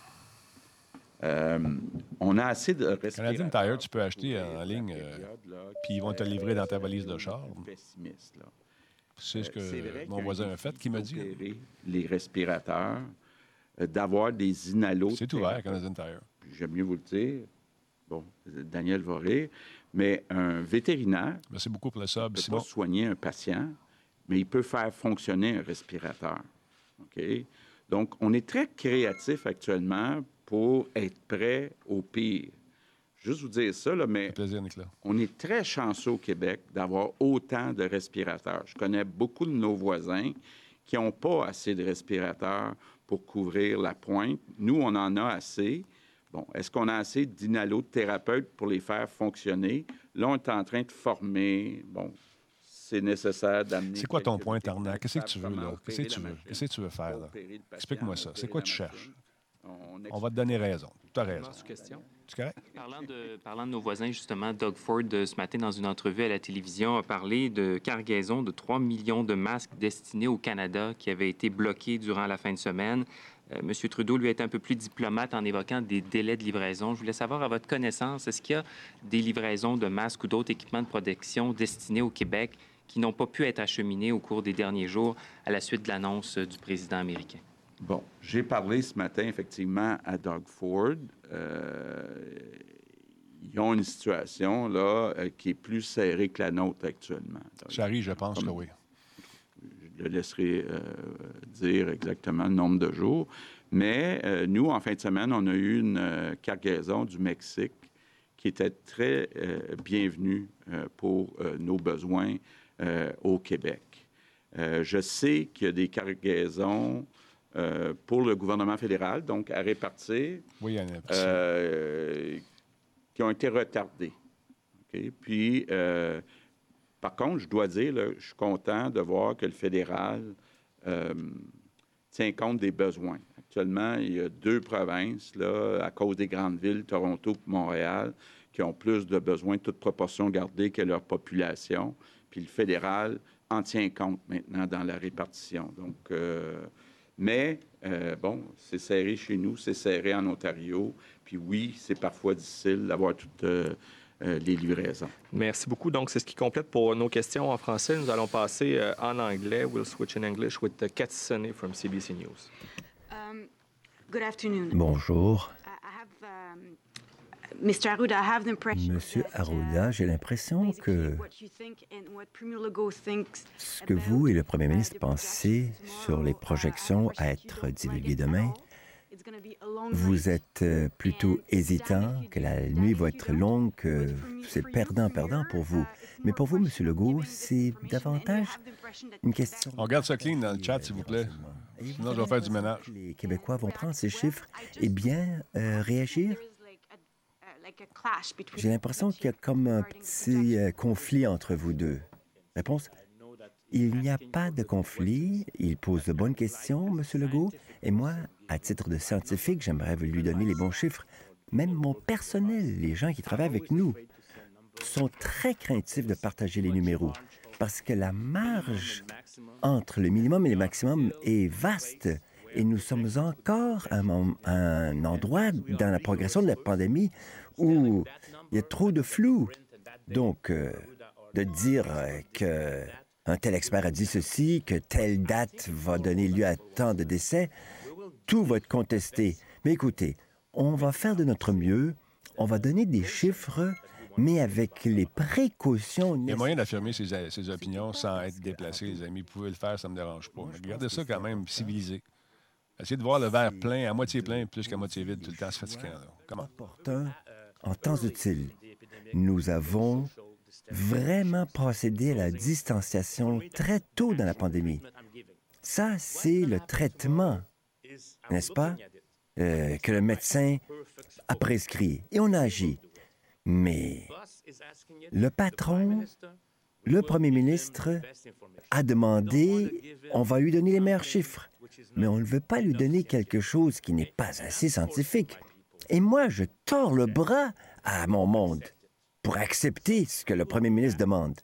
On a assez de respirateurs. Canadian Tire, tu peux acheter en ligne, puis ils vont te le livrer dans ta valise de char. C'est ce que mon voisin a fait, qui m'a dit. Les respirateurs, d'avoir des inhalos. C'est ouvert, Canadian Tire. J'aime mieux vous le dire. Bon, Daniel va rire. Mais un vétérinaire... Merci beaucoup pour le sub. Il ne peut pas soigner un patient, mais il peut faire fonctionner un respirateur. OK? Donc, on est très créatif actuellement pour être prêt au pire. Juste vous dire ça, là, mais on est très chanceux au Québec d'avoir autant de respirateurs. Je connais beaucoup de nos voisins qui n'ont pas assez de respirateurs pour couvrir la pointe. Nous, on en a assez. Bon, est-ce qu'on a assez d'inhalothérapeutes pour les faire fonctionner? Là, on est en train de former. Bon, c'est nécessaire d'amener... C'est quoi ton point, Tarnac? Qu'est-ce que tu veux, là? Qu'est-ce que tu veux? Qu'est-ce que tu veux faire, là? Explique-moi ça. C'est quoi tu cherches? On va te donner raison. Tu as raison. C'est correct? Parlant de nos voisins, justement, Doug Ford, ce matin, dans une entrevue à la télévision, a parlé de cargaison de 3 millions de masques destinés au Canada qui avaient été bloqués durant la fin de semaine. M. Trudeau, lui, a été un peu plus diplomate en évoquant des délais de livraison. Je voulais savoir, à votre connaissance, est-ce qu'il y a des livraisons de masques ou d'autres équipements de protection destinés au Québec qui n'ont pas pu être acheminés au cours des derniers jours à la suite de l'annonce du président américain? Bon, j'ai parlé ce matin, effectivement, à Doug Ford. Ils ont une situation, là, qui est plus serrée que la nôtre actuellement. Charlie, je pense que oui. Je le laisserai dire exactement le nombre de jours. Mais nous, en fin de semaine, on a eu une cargaison du Mexique qui était très bienvenue pour nos besoins au Québec. Je sais qu'il y a des cargaisons pour le gouvernement fédéral, donc à répartir, oui, qui ont été retardées. Okay? Puis, par contre, je dois dire, là, je suis content de voir que le fédéral tient compte des besoins. Actuellement, il y a 2 provinces, là, à cause des grandes villes, Toronto et Montréal, qui ont plus de besoins, toute proportion gardée, que leur population. Puis le fédéral en tient compte maintenant dans la répartition. Donc, bon, c'est serré chez nous, c'est serré en Ontario. Puis oui, c'est parfois difficile d'avoir toutes les livraisons. Merci beaucoup. Donc, c'est ce qui complète pour nos questions en français. Nous allons passer en anglais. We'll switch in English with Cathy Sonnet from CBC News. Good afternoon. Bonjour. Mr. Arruda, I have the impression Monsieur Arruda, j'ai l'impression que ce que vous et le Premier ministre pensez sur les projections à être divulguées demain, vous êtes plutôt hésitant, que la nuit va être longue, que c'est perdant-perdant pour vous. Mais pour vous, Monsieur Legault, c'est davantage une question... On regarde ça clean dans le chat, s'il vous plaît. Sinon, je vais faire du ménage. Les Québécois vont prendre ces chiffres et bien réagir? J'ai l'impression qu'il y a comme un petit conflit entre vous deux. Réponse? Il n'y a pas de conflit. Il pose de bonnes questions, M. Legault. Et moi, à titre de scientifique, j'aimerais lui donner les bons chiffres. Même mon personnel, les gens qui travaillent avec nous, sont très craintifs de partager les numéros parce que la marge entre le minimum et le maximum est vaste. Et nous sommes encore à un endroit dans la progression de la pandémie où il y a trop de flou. Donc, de dire qu'un tel expert a dit ceci, que telle date va donner lieu à tant de décès, tout va être contesté. Mais écoutez, on va faire de notre mieux, on va donner des chiffres, mais avec les précautions nécessaires. Il y a moyen d'affirmer ses opinions sans être déplacé, les amis. Vous pouvez le faire, ça ne me dérange pas. Regardez ça quand même civilisé. Essayez de voir le verre plein, à moitié plein, plus qu'à moitié vide tout le temps, c'est fatigant. Comment? En temps utile, nous avons vraiment procédé à la distanciation très tôt dans la pandémie. Ça, c'est le traitement, n'est-ce pas, que le médecin a prescrit. Et on a agi. Mais le patron, le premier ministre, a demandé, on va lui donner les meilleurs chiffres. Mais on ne veut pas lui donner quelque chose qui n'est pas assez scientifique. Et moi, je tords le bras à mon monde pour accepter ce que le premier ministre demande.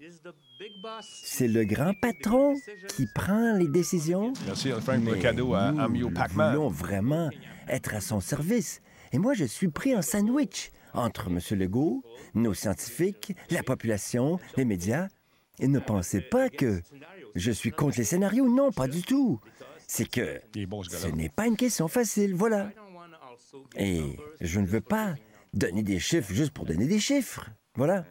C'est le grand patron qui prend les décisions. Merci, Frank, pour le cadeau à Amio Pacman. Nous voulons vraiment être à son service. Et moi, je suis pris en sandwich entre M. Legault, nos scientifiques, la population, les médias. Et ne pensez pas que je suis contre les scénarios. Non, pas du tout. C'est que ce n'est pas une question facile, voilà. Et je ne veux pas donner des chiffres juste pour donner des chiffres, voilà.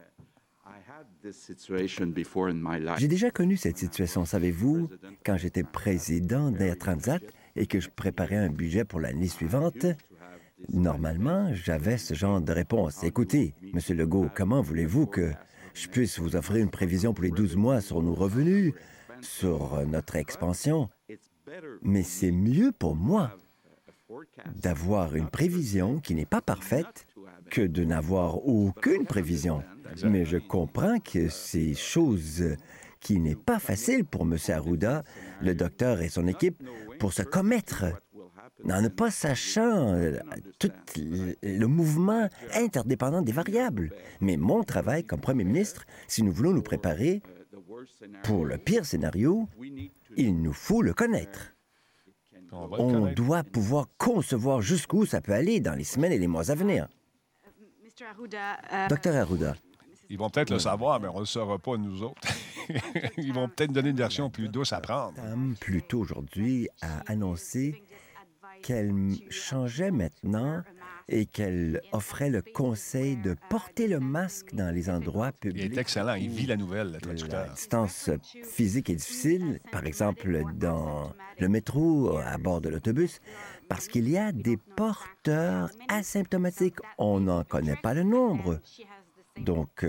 J'ai déjà connu cette situation, savez-vous, quand j'étais président d'Air Transat et que je préparais un budget pour l'année suivante. Normalement, j'avais ce genre de réponse. Écoutez, M. Legault, comment voulez-vous que je puisse vous offrir une prévision pour les 12 mois sur nos revenus, sur notre expansion? Mais c'est mieux pour moi d'avoir une prévision qui n'est pas parfaite que de n'avoir aucune prévision. Mais je comprends que c'est chose qui n'est pas facile pour M. Arruda, le docteur et son équipe, pour se commettre, en ne pas sachant tout le mouvement interdépendant des variables. Mais mon travail comme premier ministre, si nous voulons nous préparer pour le pire scénario, il nous faut le connaître. On doit pouvoir concevoir jusqu'où ça peut aller dans les semaines et les mois à venir. Docteur Arruda. Ils vont peut-être le savoir, mais on ne le saura pas, nous autres. Ils vont peut-être donner une version plus douce à prendre. Plus tôt aujourd'hui a annoncé qu'elle changeait maintenant et qu'elle offrait le conseil de porter le masque dans les endroits publics. Il est excellent. Il vit la nouvelle, le traducteur. La distance physique est difficile, par exemple dans le métro, à bord de l'autobus, parce qu'il y a des porteurs asymptomatiques. On n'en connaît pas le nombre. Donc,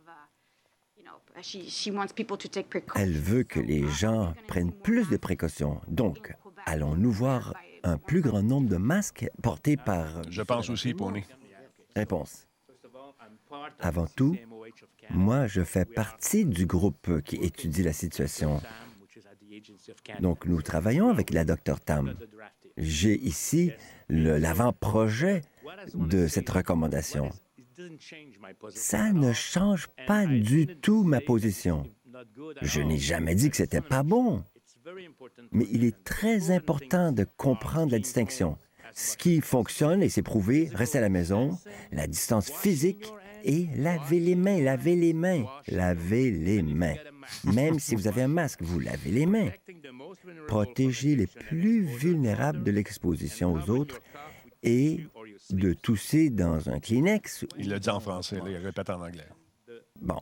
elle veut que les gens prennent plus de précautions. Donc, allons-nous voir un plus grand nombre de masques portés par... Je pense aussi, Pony. Réponse. Avant tout, moi, je fais partie du groupe qui étudie la situation. Donc, nous travaillons avec la Dr Tam. J'ai ici l'avant-projet de cette recommandation. Ça ne change pas du tout ma position. Je n'ai jamais dit que c'était pas bon. Mais il est très important de comprendre la distinction. Ce qui fonctionne, et c'est prouvé, restez à la maison, la distance physique et lavez les mains, lavez les mains, lavez les mains. Même si vous avez un masque, vous lavez les mains. Protégez les plus vulnérables de l'exposition aux autres et de tousser dans un Kleenex. Il le dit en français, là, il répète en anglais. Bon.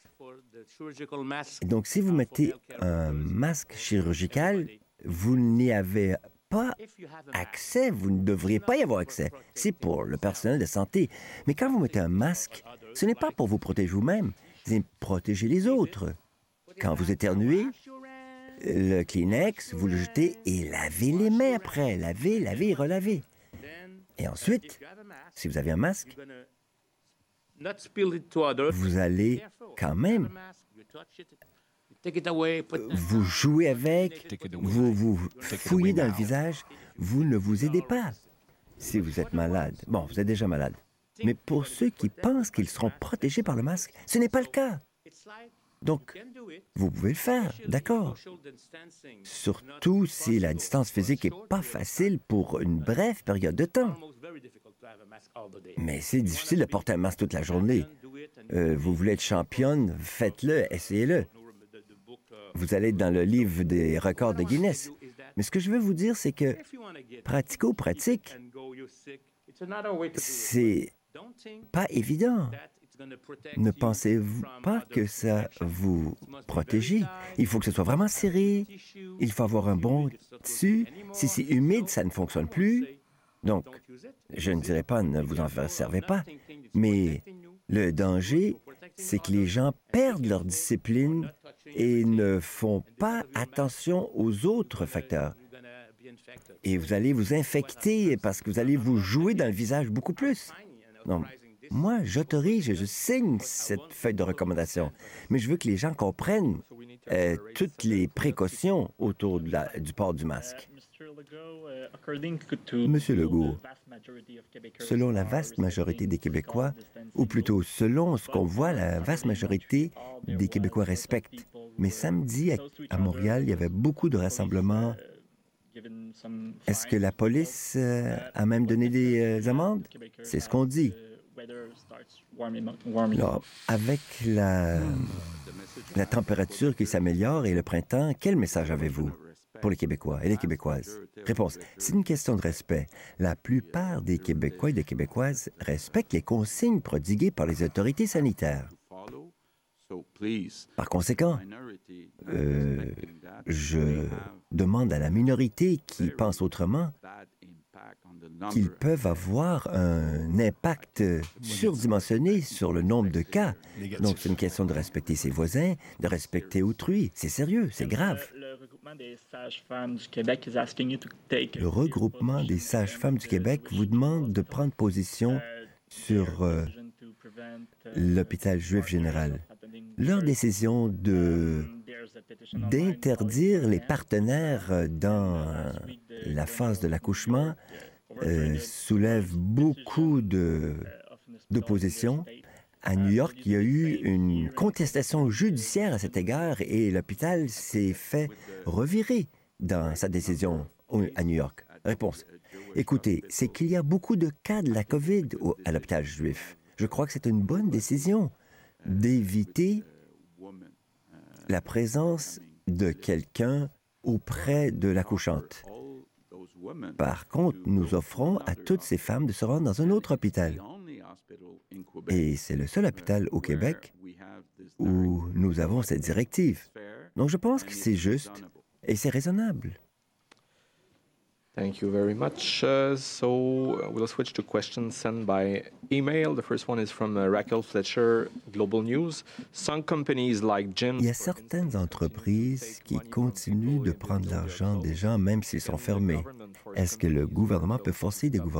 Donc, si vous mettez un masque chirurgical, vous n'y avez pas accès, vous ne devriez pas y avoir accès. C'est pour le personnel de santé. Mais quand vous mettez un masque, ce n'est pas pour vous protéger vous-même, c'est protéger les autres. Quand vous éternuez, le Kleenex, vous le jetez et lavez les mains après. Lavez, lavez et relavez. Et ensuite, si vous avez un masque, vous allez quand même vous jouez avec, vous fouillez dans le visage, vous ne vous aidez pas. Si vous êtes malade, bon, vous êtes déjà malade. Mais pour ceux qui pensent qu'ils seront protégés par le masque, ce n'est pas le cas. Donc, vous pouvez le faire, d'accord. Surtout si la distance physique n'est pas facile pour une brève période de temps. Mais c'est difficile de porter un masque toute la journée. Vous voulez être championne, faites-le, essayez-le. Vous allez être dans le livre des records de Guinness. Mais ce que je veux vous dire, c'est que pratico-pratique, c'est pas évident. Ne pensez-vous pas que ça vous protège? Il faut que ce soit vraiment serré. Il faut avoir un bon tissu. Si c'est humide, ça ne fonctionne plus. Donc, je ne dirais pas ne vous en servez pas, mais le danger, c'est que les gens perdent leur discipline et ne font pas attention aux autres facteurs. Et vous allez vous infecter parce que vous allez vous jouer dans le visage beaucoup plus. Donc, moi, j'autorise, je signe cette feuille de recommandation, mais je veux que les gens comprennent toutes les précautions autour du port du masque. Monsieur Legault, selon la vaste majorité des Québécois, ou plutôt selon ce qu'on voit, la vaste majorité des Québécois respectent. Mais samedi, à Montréal, il y avait beaucoup de rassemblements. Est-ce que la police a même donné des amendes? C'est ce qu'on dit. Alors, avec la température qui s'améliore et le printemps, quel message avez-vous pour les Québécois et les Québécoises? Réponse. C'est une question de respect. La plupart des Québécois et des Québécoises respectent les consignes prodiguées par les autorités sanitaires. Par conséquent, je demande à la minorité qui pense autrement qu'ils peuvent avoir un impact surdimensionné sur le nombre de cas. Donc, c'est une question de respecter ses voisins, de respecter autrui. C'est sérieux, c'est grave. Le regroupement des sages-femmes du Québec du Québec vous demande de prendre position sur l'hôpital juif général. Leur décision d'interdire les partenaires dans la phase de l'accouchement soulève beaucoup d'opposition. À New York, il y a eu une contestation judiciaire à cet égard et l'hôpital s'est fait revirer dans sa décision à New York. Réponse. Écoutez, c'est qu'il y a beaucoup de cas de la COVID à l'hôpital juif. Je crois que c'est une bonne décision d'éviter la présence de quelqu'un auprès de l'accouchante. Par contre, nous offrons à toutes ces femmes de se rendre dans un autre hôpital. Et c'est le seul hôpital au Québec où nous avons cette directive. Donc, je pense que c'est juste et c'est raisonnable. Thank you very much. We'll switch to questions sent by email. The first one is from Raquel Fletcher, Global News. Some companies like gyms... Il y a certaines entreprises qui continuent de prendre l'argent des gens même s'ils sont fermés. Est-ce que le gouvernement peut forcer des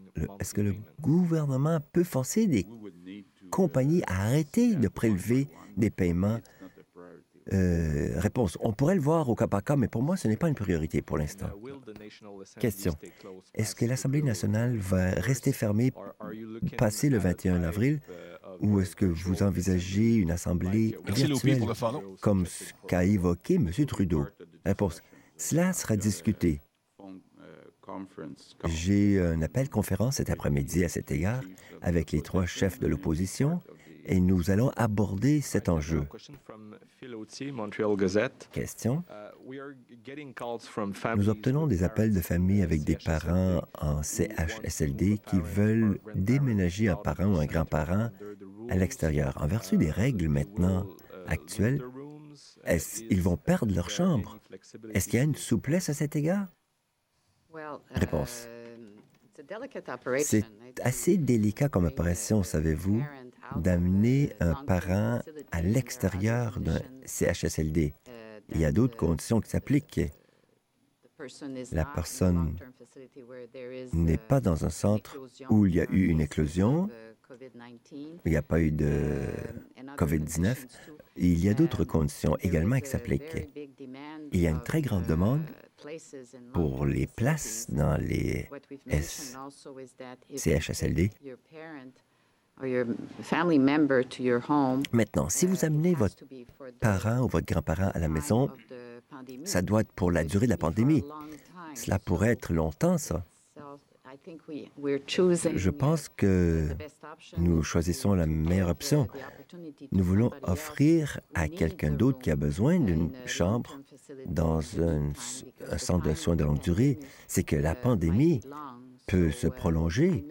compagnies à arrêter de prélever des paiements? Réponse. On pourrait le voir au cas par cas, mais pour moi, ce n'est pas une priorité pour l'instant. Question. Est-ce que l'Assemblée nationale va rester fermée passé le 21 avril ou est-ce que vous envisagez une assemblée virtuelle comme ce qu'a évoqué M. Trudeau? Réponse. Cela sera discuté. J'ai un appel conférence cet après-midi à cet égard avec les 3 chefs de l'opposition et nous allons aborder cet enjeu. Question. Nous obtenons des appels de famille avec des parents en CHSLD qui veulent déménager un parent ou un grand-parent à l'extérieur. En vertu des règles maintenant actuelles, ils vont perdre leur chambre. Est-ce qu'il y a une souplesse à cet égard? Réponse. C'est assez délicat comme opération, savez-vous, d'amener un parent à l'extérieur d'un CHSLD. Il y a d'autres conditions qui s'appliquent. La personne n'est pas dans un centre où il y a eu une éclosion, il n'y a pas eu de COVID-19. Il y a d'autres conditions également qui s'appliquent. Il y a une très grande demande pour les places dans les CHSLD. Maintenant, si vous amenez votre parent ou votre grand-parent à la maison, ça doit être pour la durée de la pandémie. Cela pourrait être longtemps, ça. Je pense que nous choisissons la meilleure option. Nous voulons offrir à quelqu'un d'autre qui a besoin d'une chambre dans un centre de soins de longue durée. C'est que la pandémie peut se prolonger.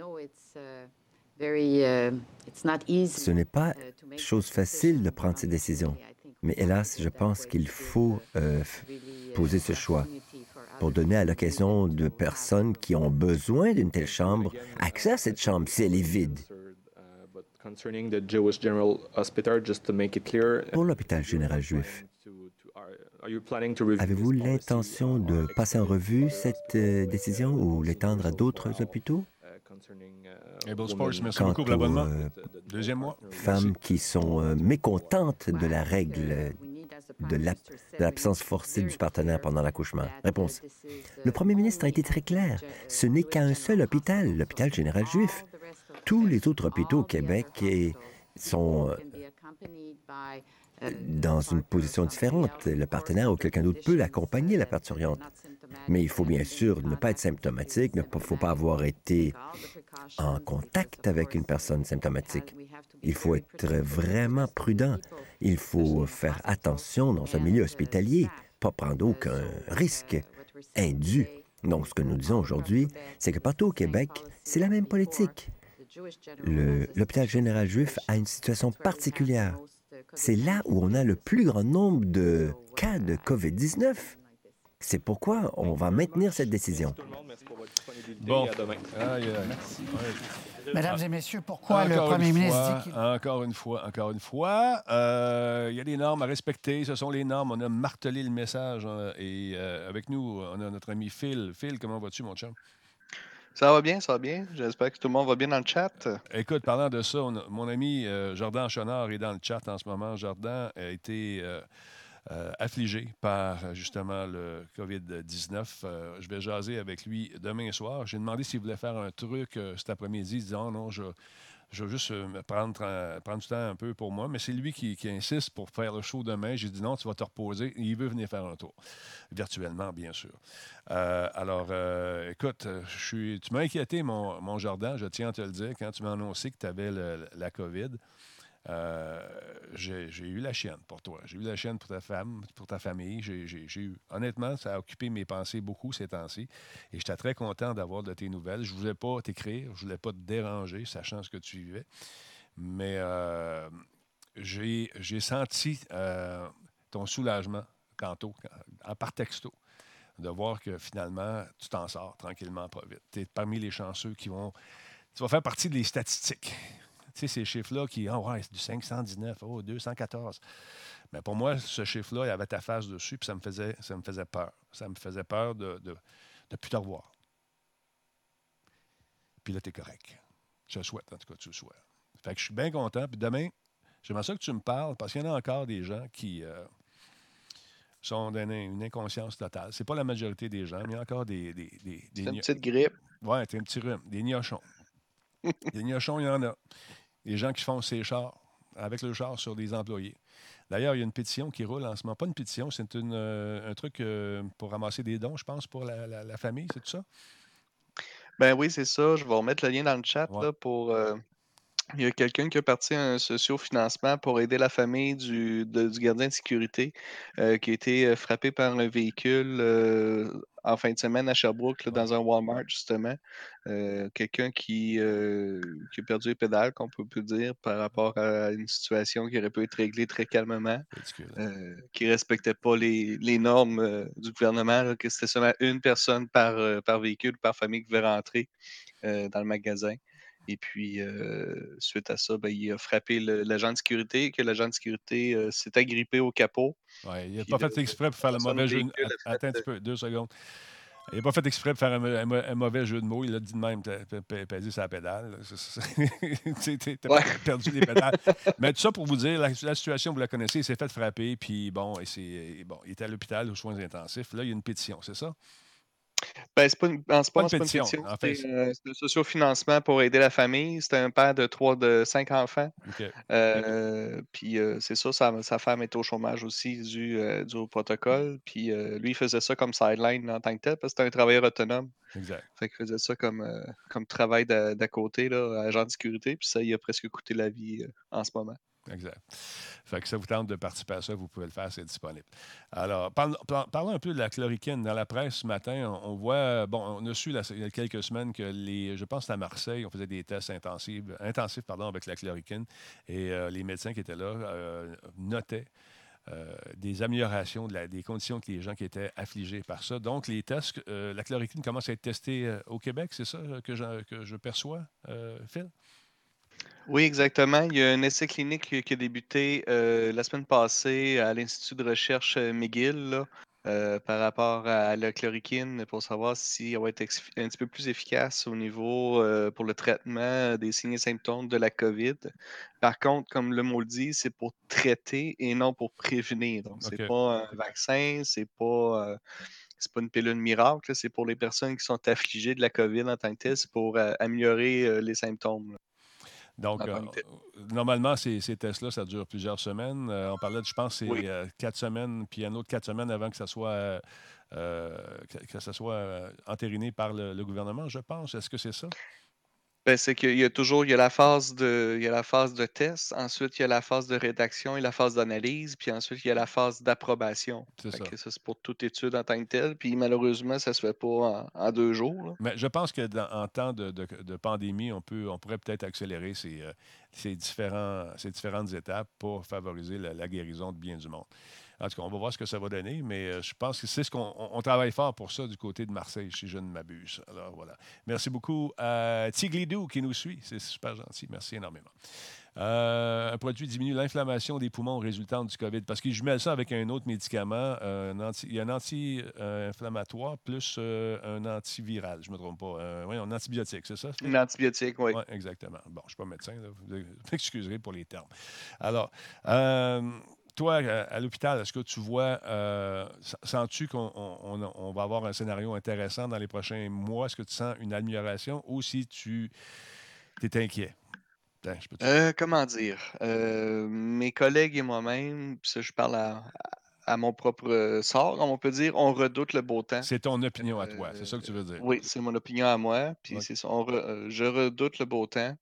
Ce n'est pas chose facile de prendre ces décisions. Mais hélas, je pense qu'il faut poser ce choix pour donner à l'occasion de personnes qui ont besoin d'une telle chambre accès à cette chambre si elle est vide. Pour l'hôpital général juif, avez-vous l'intention de passer en revue cette décision ou l'étendre à d'autres hôpitaux? Quant aux femmes qui sont mécontentes de la règle de l'absence forcée du partenaire pendant l'accouchement. Réponse. Le premier ministre a été très clair. Ce n'est qu'à un seul hôpital, l'hôpital général juif. Tous les autres hôpitaux au Québec sont dans une position différente. Le partenaire ou quelqu'un d'autre peut l'accompagner, la parturiente. Mais il faut bien sûr ne pas être symptomatique, il ne faut pas avoir été en contact avec une personne symptomatique. Il faut être vraiment prudent. Il faut faire attention dans un milieu hospitalier, pas prendre aucun risque indu. Donc, ce que nous disons aujourd'hui, c'est que partout au Québec, c'est la même politique. L'hôpital général juif a une situation particulière. C'est là où on a le plus grand nombre de cas de COVID-19. C'est pourquoi on va maintenir cette décision. Bon. Merci. Mesdames et messieurs, pourquoi le premier ministre dit qu'il... Encore une fois, il y a des normes à respecter. Ce sont les normes. On a martelé le message. Et avec nous, on a notre ami Phil. Phil, comment vas-tu, mon chum? Ça va bien, ça va bien. J'espère que tout le monde va bien dans le chat. Écoute, parlant de ça, mon ami Jordan Chonard est dans le chat en ce moment. Jordan a été affligé par justement le COVID-19. Je vais jaser avec lui demain soir. J'ai demandé s'il voulait faire un truc cet après-midi. Il dit non, je vais juste me prendre du temps un peu pour moi. Mais c'est lui qui insiste pour faire le show demain. J'ai dit non, tu vas te reposer. Il veut venir faire un tour. Virtuellement, bien sûr. Écoute, tu m'as inquiété, mon Jordan, je tiens à te le dire, quand tu m'as annoncé que tu avais la COVID. J'ai eu la chienne pour toi. J'ai eu la chienne pour ta femme, pour ta famille. Honnêtement, ça a occupé mes pensées beaucoup ces temps-ci. Et j'étais très content d'avoir de tes nouvelles. Je ne voulais pas t'écrire, je ne voulais pas te déranger, sachant ce que tu vivais. Mais j'ai senti ton soulagement tantôt, par texto, de voir que finalement, tu t'en sors tranquillement, pas vite. Tu es parmi les chanceux qui vont... Tu vas faire partie des statistiques. Tu sais, ces chiffres-là qui, ouais, c'est du 519, 214. Mais pour moi, ce chiffre-là, il y avait ta face dessus, puis ça me faisait peur. Ça me faisait peur de ne plus te revoir. Puis là, tu es correct. Je le souhaite, en tout cas, tu le souhaites. Fait que je suis bien content. Puis demain, j'aimerais ça que tu me parles, parce qu'il y en a encore des gens qui sont d'une inconscience totale. C'est pas la majorité des gens, mais il y a encore des c'est une petite grippe. Ouais, c'est un petit rhume. Des gnochons. Des gnochons, il y en a. Des gens qui font ces chars, avec le char sur des employés. D'ailleurs, il y a une pétition qui roule en ce moment. Pas une pétition, c'est un truc pour ramasser des dons, je pense, pour la famille, c'est tout ça? Ben oui, c'est ça. Je vais remettre le lien dans le chat là, pour. Il y a quelqu'un qui a parti un socio-financement pour aider la famille du gardien de sécurité qui a été frappé par un véhicule en fin de semaine à Sherbrooke, là, dans un Walmart, justement. Quelqu'un qui a perdu les pédales, qu'on peut dire, par rapport à une situation qui aurait pu être réglée très calmement, qui ne respectait pas les normes du gouvernement, là, que c'était seulement une personne par véhicule, par famille qui devait rentrer dans le magasin. Et puis, suite à ça, ben, il a frappé l'agent de sécurité, que l'agent de sécurité s'est agrippé au capot. Oui, il n'a pas fait exprès pour faire le mauvais jeu. Attends un petit peu, 2 secondes. Il n'a pas fait exprès pour faire un mauvais jeu de mots. Il a dit de même, pesé sur la pédale. Tu n'as pas perdu les pédales. Mais tout ça pour vous dire, la situation, vous la connaissez, il s'est fait frapper, puis bon, il était à l'hôpital aux soins intensifs. Là, il y a une pétition, c'est ça? Ben, c'est pas une pétition. En fait. C'est le socio-financement pour aider la famille. C'était un père de 5 enfants. Puis c'est ça, sa femme était au chômage aussi dû au protocole. Puis lui, il faisait ça comme sideline en tant que tel, parce que c'était un travailleur autonome. Exact. Fait qu'il faisait ça comme travail d'à côté, là, agent de sécurité. Puis ça, il a presque coûté la vie en ce moment. Exact. Fait que ça vous tente de participer à ça, vous pouvez le faire, c'est disponible. Alors, parlons un peu de la chloroquine. Dans la presse ce matin, on voit, on a su il y a quelques semaines que je pense à Marseille, on faisait des tests intensifs avec la chloroquine et les médecins qui étaient là notaient des améliorations des conditions que les gens qui étaient affligés par ça. Donc, les tests, la chloroquine commence à être testée au Québec, c'est ça que je perçois, Phil? Oui, exactement. Il y a un essai clinique qui a débuté la semaine passée à l'Institut de recherche McGill là, par rapport à la chloroquine pour savoir si elle va être un petit peu plus efficace au niveau pour le traitement des signes et symptômes de la COVID. Par contre, comme le mot le dit, c'est pour traiter et non pour prévenir. Donc, c'est pas un vaccin, c'est pas une pilule miracle, c'est pour les personnes qui sont affligées de la COVID en tant que telle, c'est pour améliorer les symptômes. Là. Donc, normalement, ces tests-là, ça dure plusieurs semaines. On parlait je pense, c'est 4 semaines, puis un autre 4 semaines avant que ça soit, entériné par le gouvernement, je pense. Est-ce que c'est ça? Ben, c'est qu'il y a la phase de test, ensuite il y a la phase de rédaction et la phase d'analyse, puis ensuite il y a la phase d'approbation. Ça, c'est pour toute étude en tant que telle, puis malheureusement, ça se fait pas en 2 jours. Là. Mais je pense qu'en temps de pandémie, on pourrait peut-être accélérer ces différentes étapes pour favoriser la guérison de bien du monde. En tout cas, on va voir ce que ça va donner, mais je pense que c'est ce qu'on travaille fort pour ça du côté de Marseille, si je ne m'abuse. Alors voilà. Merci beaucoup à Tiglidou qui nous suit. C'est super gentil. Merci énormément. Un produit diminue l'inflammation des poumons résultante du COVID. Parce qu'ils jumellent ça avec un autre médicament. Il y a un anti-inflammatoire plus un antiviral, je ne me trompe pas. Un antibiotique, c'est ça? Un antibiotique, oui. Oui, exactement. Bon, je ne suis pas médecin, là. Vous m'excuserez pour les termes. Alors, toi, à l'hôpital, est-ce que tu vois, sens-tu qu'on va avoir un scénario intéressant dans les prochains mois? Est-ce que tu sens une amélioration ou si tu es inquiet? Comment dire? Mes collègues et moi-même, ça, je parle à mon propre sort, on peut dire, on redoute le beau temps. C'est ton opinion à toi, c'est ça que tu veux dire? Oui, c'est mon opinion à moi. Puis c'est ça, je redoute le beau temps.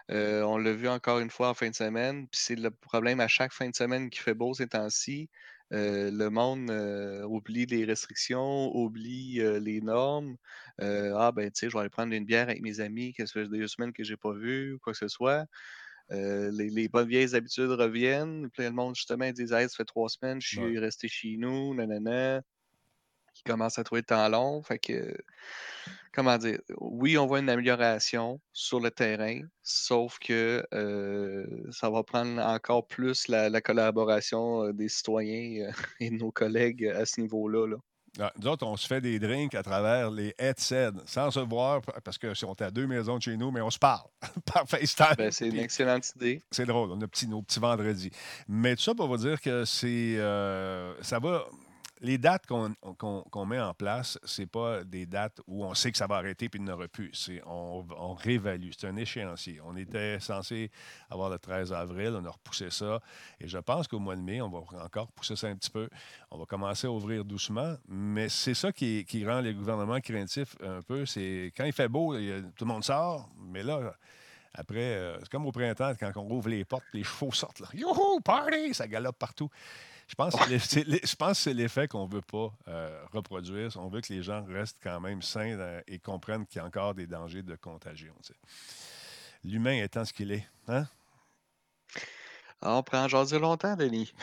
On l'a vu encore une fois en fin de semaine, puis c'est le problème à chaque fin de semaine qu'il fait beau ces temps-ci. Le monde oublie les restrictions, oublie les normes. Ah, ben, tu sais, je vais aller prendre une bière avec mes amis que ça fait 2 semaines que j'ai pas vu, ou quoi que ce soit. Les bonnes vieilles habitudes reviennent. Puis là, le monde, justement, ils disent hey, ça fait 3 semaines, je suis resté chez nous, nanana. Qui commence à trouver le temps long. Fait que, comment dire, oui, on voit une amélioration sur le terrain, sauf que ça va prendre encore plus la collaboration des citoyens et de nos collègues à ce niveau-là. Là. Ah, nous autres, on se fait des drinks à travers les headsets, sans se voir, parce que si on est à 2 maisons de chez nous, mais on se parle par FaceTime. Ben, c'est une excellente idée. C'est drôle, on a nos petits vendredis. Mais tout ça pour vous dire que ça va. Les dates qu'on met en place, c'est pas des dates où on sait que ça va arrêter puis il n'aura plus. On réévalue. C'est un échéancier. On était censé avoir le 13 avril, on a repoussé ça. Et je pense qu'au mois de mai, on va encore pousser ça un petit peu. On va commencer à ouvrir doucement. Mais c'est ça qui rend les gouvernements craintifs un peu. C'est quand il fait beau, tout le monde sort. Mais là, après, c'est comme au printemps, quand on rouvre les portes, les chevaux sortent. Là. Youhou, party! Ça galope partout. Je pense que c'est l'effet qu'on ne veut pas reproduire. On veut que les gens restent quand même sains et comprennent qu'il y a encore des dangers de contagion. T'sais. L'humain étant ce qu'il est. Hein? Ah, on prend en jaser longtemps, Denis.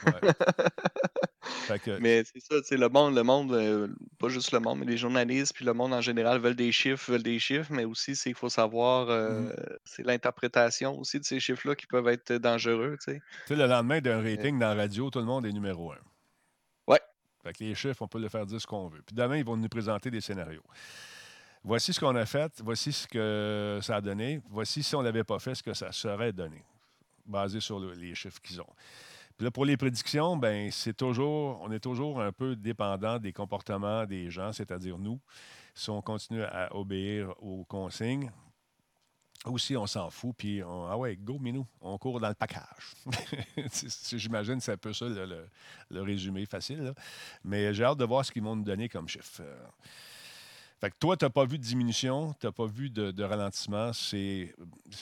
Que... Mais c'est ça, le monde, pas juste le monde, mais les journalistes puis le monde en général veulent des chiffres, mais aussi c'est qu'il faut savoir, c'est l'interprétation aussi de ces chiffres-là qui peuvent être dangereux. Tu sais, le lendemain d'un rating dans la radio, tout le monde est numéro 1. Ouais. Fait que les chiffres, on peut le faire dire ce qu'on veut. Puis demain, ils vont nous présenter des scénarios. Voici ce qu'on a fait, voici ce que ça a donné, voici si on ne l'avait pas fait, ce que ça serait donné, basé sur les chiffres qu'ils ont. Puis là, pour les prédictions, ben on est toujours un peu dépendant des comportements des gens, c'est-à-dire nous, si on continue à obéir aux consignes, ou si on s'en fout, puis ah ouais, go, minou, on court dans le package. J'imagine que c'est un peu ça le résumé facile. Là. Mais j'ai hâte de voir ce qu'ils vont nous donner comme chiffre. Fait que toi, tu n'as pas vu de diminution, tu n'as pas vu de ralentissement. C'est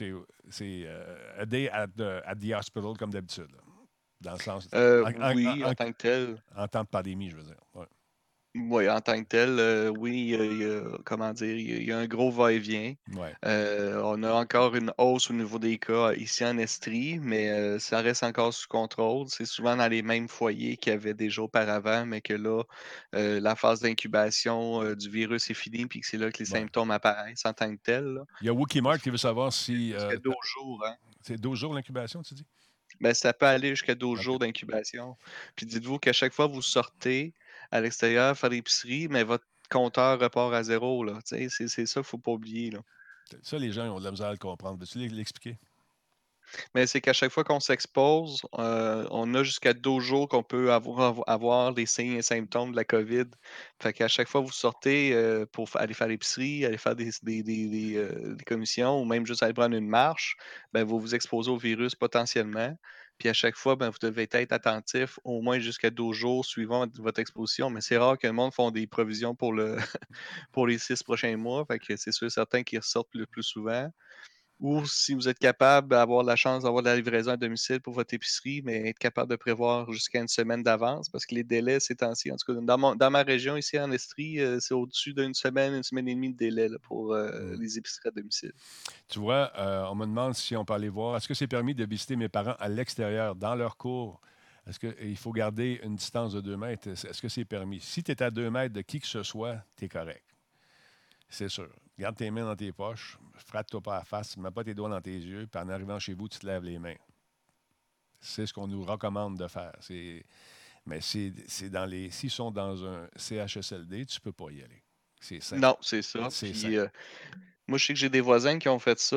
a day at the hospital comme d'habitude. Dans le sens. Oui, en tant que tel. En temps de pandémie, je veux dire. Ouais. Oui, en tant que tel, oui, comment dire, il y a un gros va-et-vient. Ouais. On a encore une hausse au niveau des cas ici en Estrie, mais ça reste encore sous contrôle. C'est souvent dans les mêmes foyers qu'il y avait déjà auparavant, mais que là, la phase d'incubation du virus est finie, puis que c'est là que les symptômes apparaissent en tant que tel. Là. Il y a Wookie Mark qui veut savoir si. Jusqu'à 12 jours, hein? C'est 12 jours l'incubation, tu dis? Ben, ça peut aller jusqu'à 12 jours d'incubation. Puis dites-vous qu'à chaque fois que vous sortez à l'extérieur faire l'épicerie, mais votre compteur repart à zéro. Là. C'est ça qu'il ne faut pas oublier. Là. Ça, les gens ont de la misère à le comprendre. Veux-tu l'expliquer? Mais c'est qu'à chaque fois qu'on s'expose, on a jusqu'à 12 jours qu'on peut avoir les signes et symptômes de la COVID. Fait qu'à chaque fois que vous sortez pour aller faire l'épicerie, aller faire des commissions ou même juste aller prendre une marche, ben, vous vous exposez au virus potentiellement. Puis à chaque fois, ben, vous devez être attentif au moins jusqu'à 12 jours suivant votre exposition. Mais c'est rare que le monde fasse des provisions pour les 6 prochains mois. Fait que c'est sûr et certain qu'ils ressortent le plus souvent. Ou si vous êtes capable d'avoir la chance d'avoir de la livraison à domicile pour votre épicerie, mais être capable de prévoir jusqu'à une semaine d'avance, parce que les délais ces temps-ci, en tout cas, dans ma région ici en Estrie, c'est au-dessus d'une semaine et demie de délai là, pour les épiceries à domicile. Tu vois, on me demande si on peut aller voir. Est-ce que c'est permis de visiter mes parents à l'extérieur, dans leur cour? Est-ce qu'il faut garder une distance de 2 mètres? Est-ce que c'est permis? Si tu es à 2 mètres de qui que ce soit, tu es correct. C'est sûr. Garde tes mains dans tes poches, frappe-toi pas à la face, mets pas tes doigts dans tes yeux, puis en arrivant chez vous, tu te lèves les mains. C'est ce qu'on nous recommande de faire. Mais c'est dans s'ils sont dans un CHSLD, tu peux pas y aller. C'est simple. Non, c'est ça. Moi, je sais que j'ai des voisins qui ont fait ça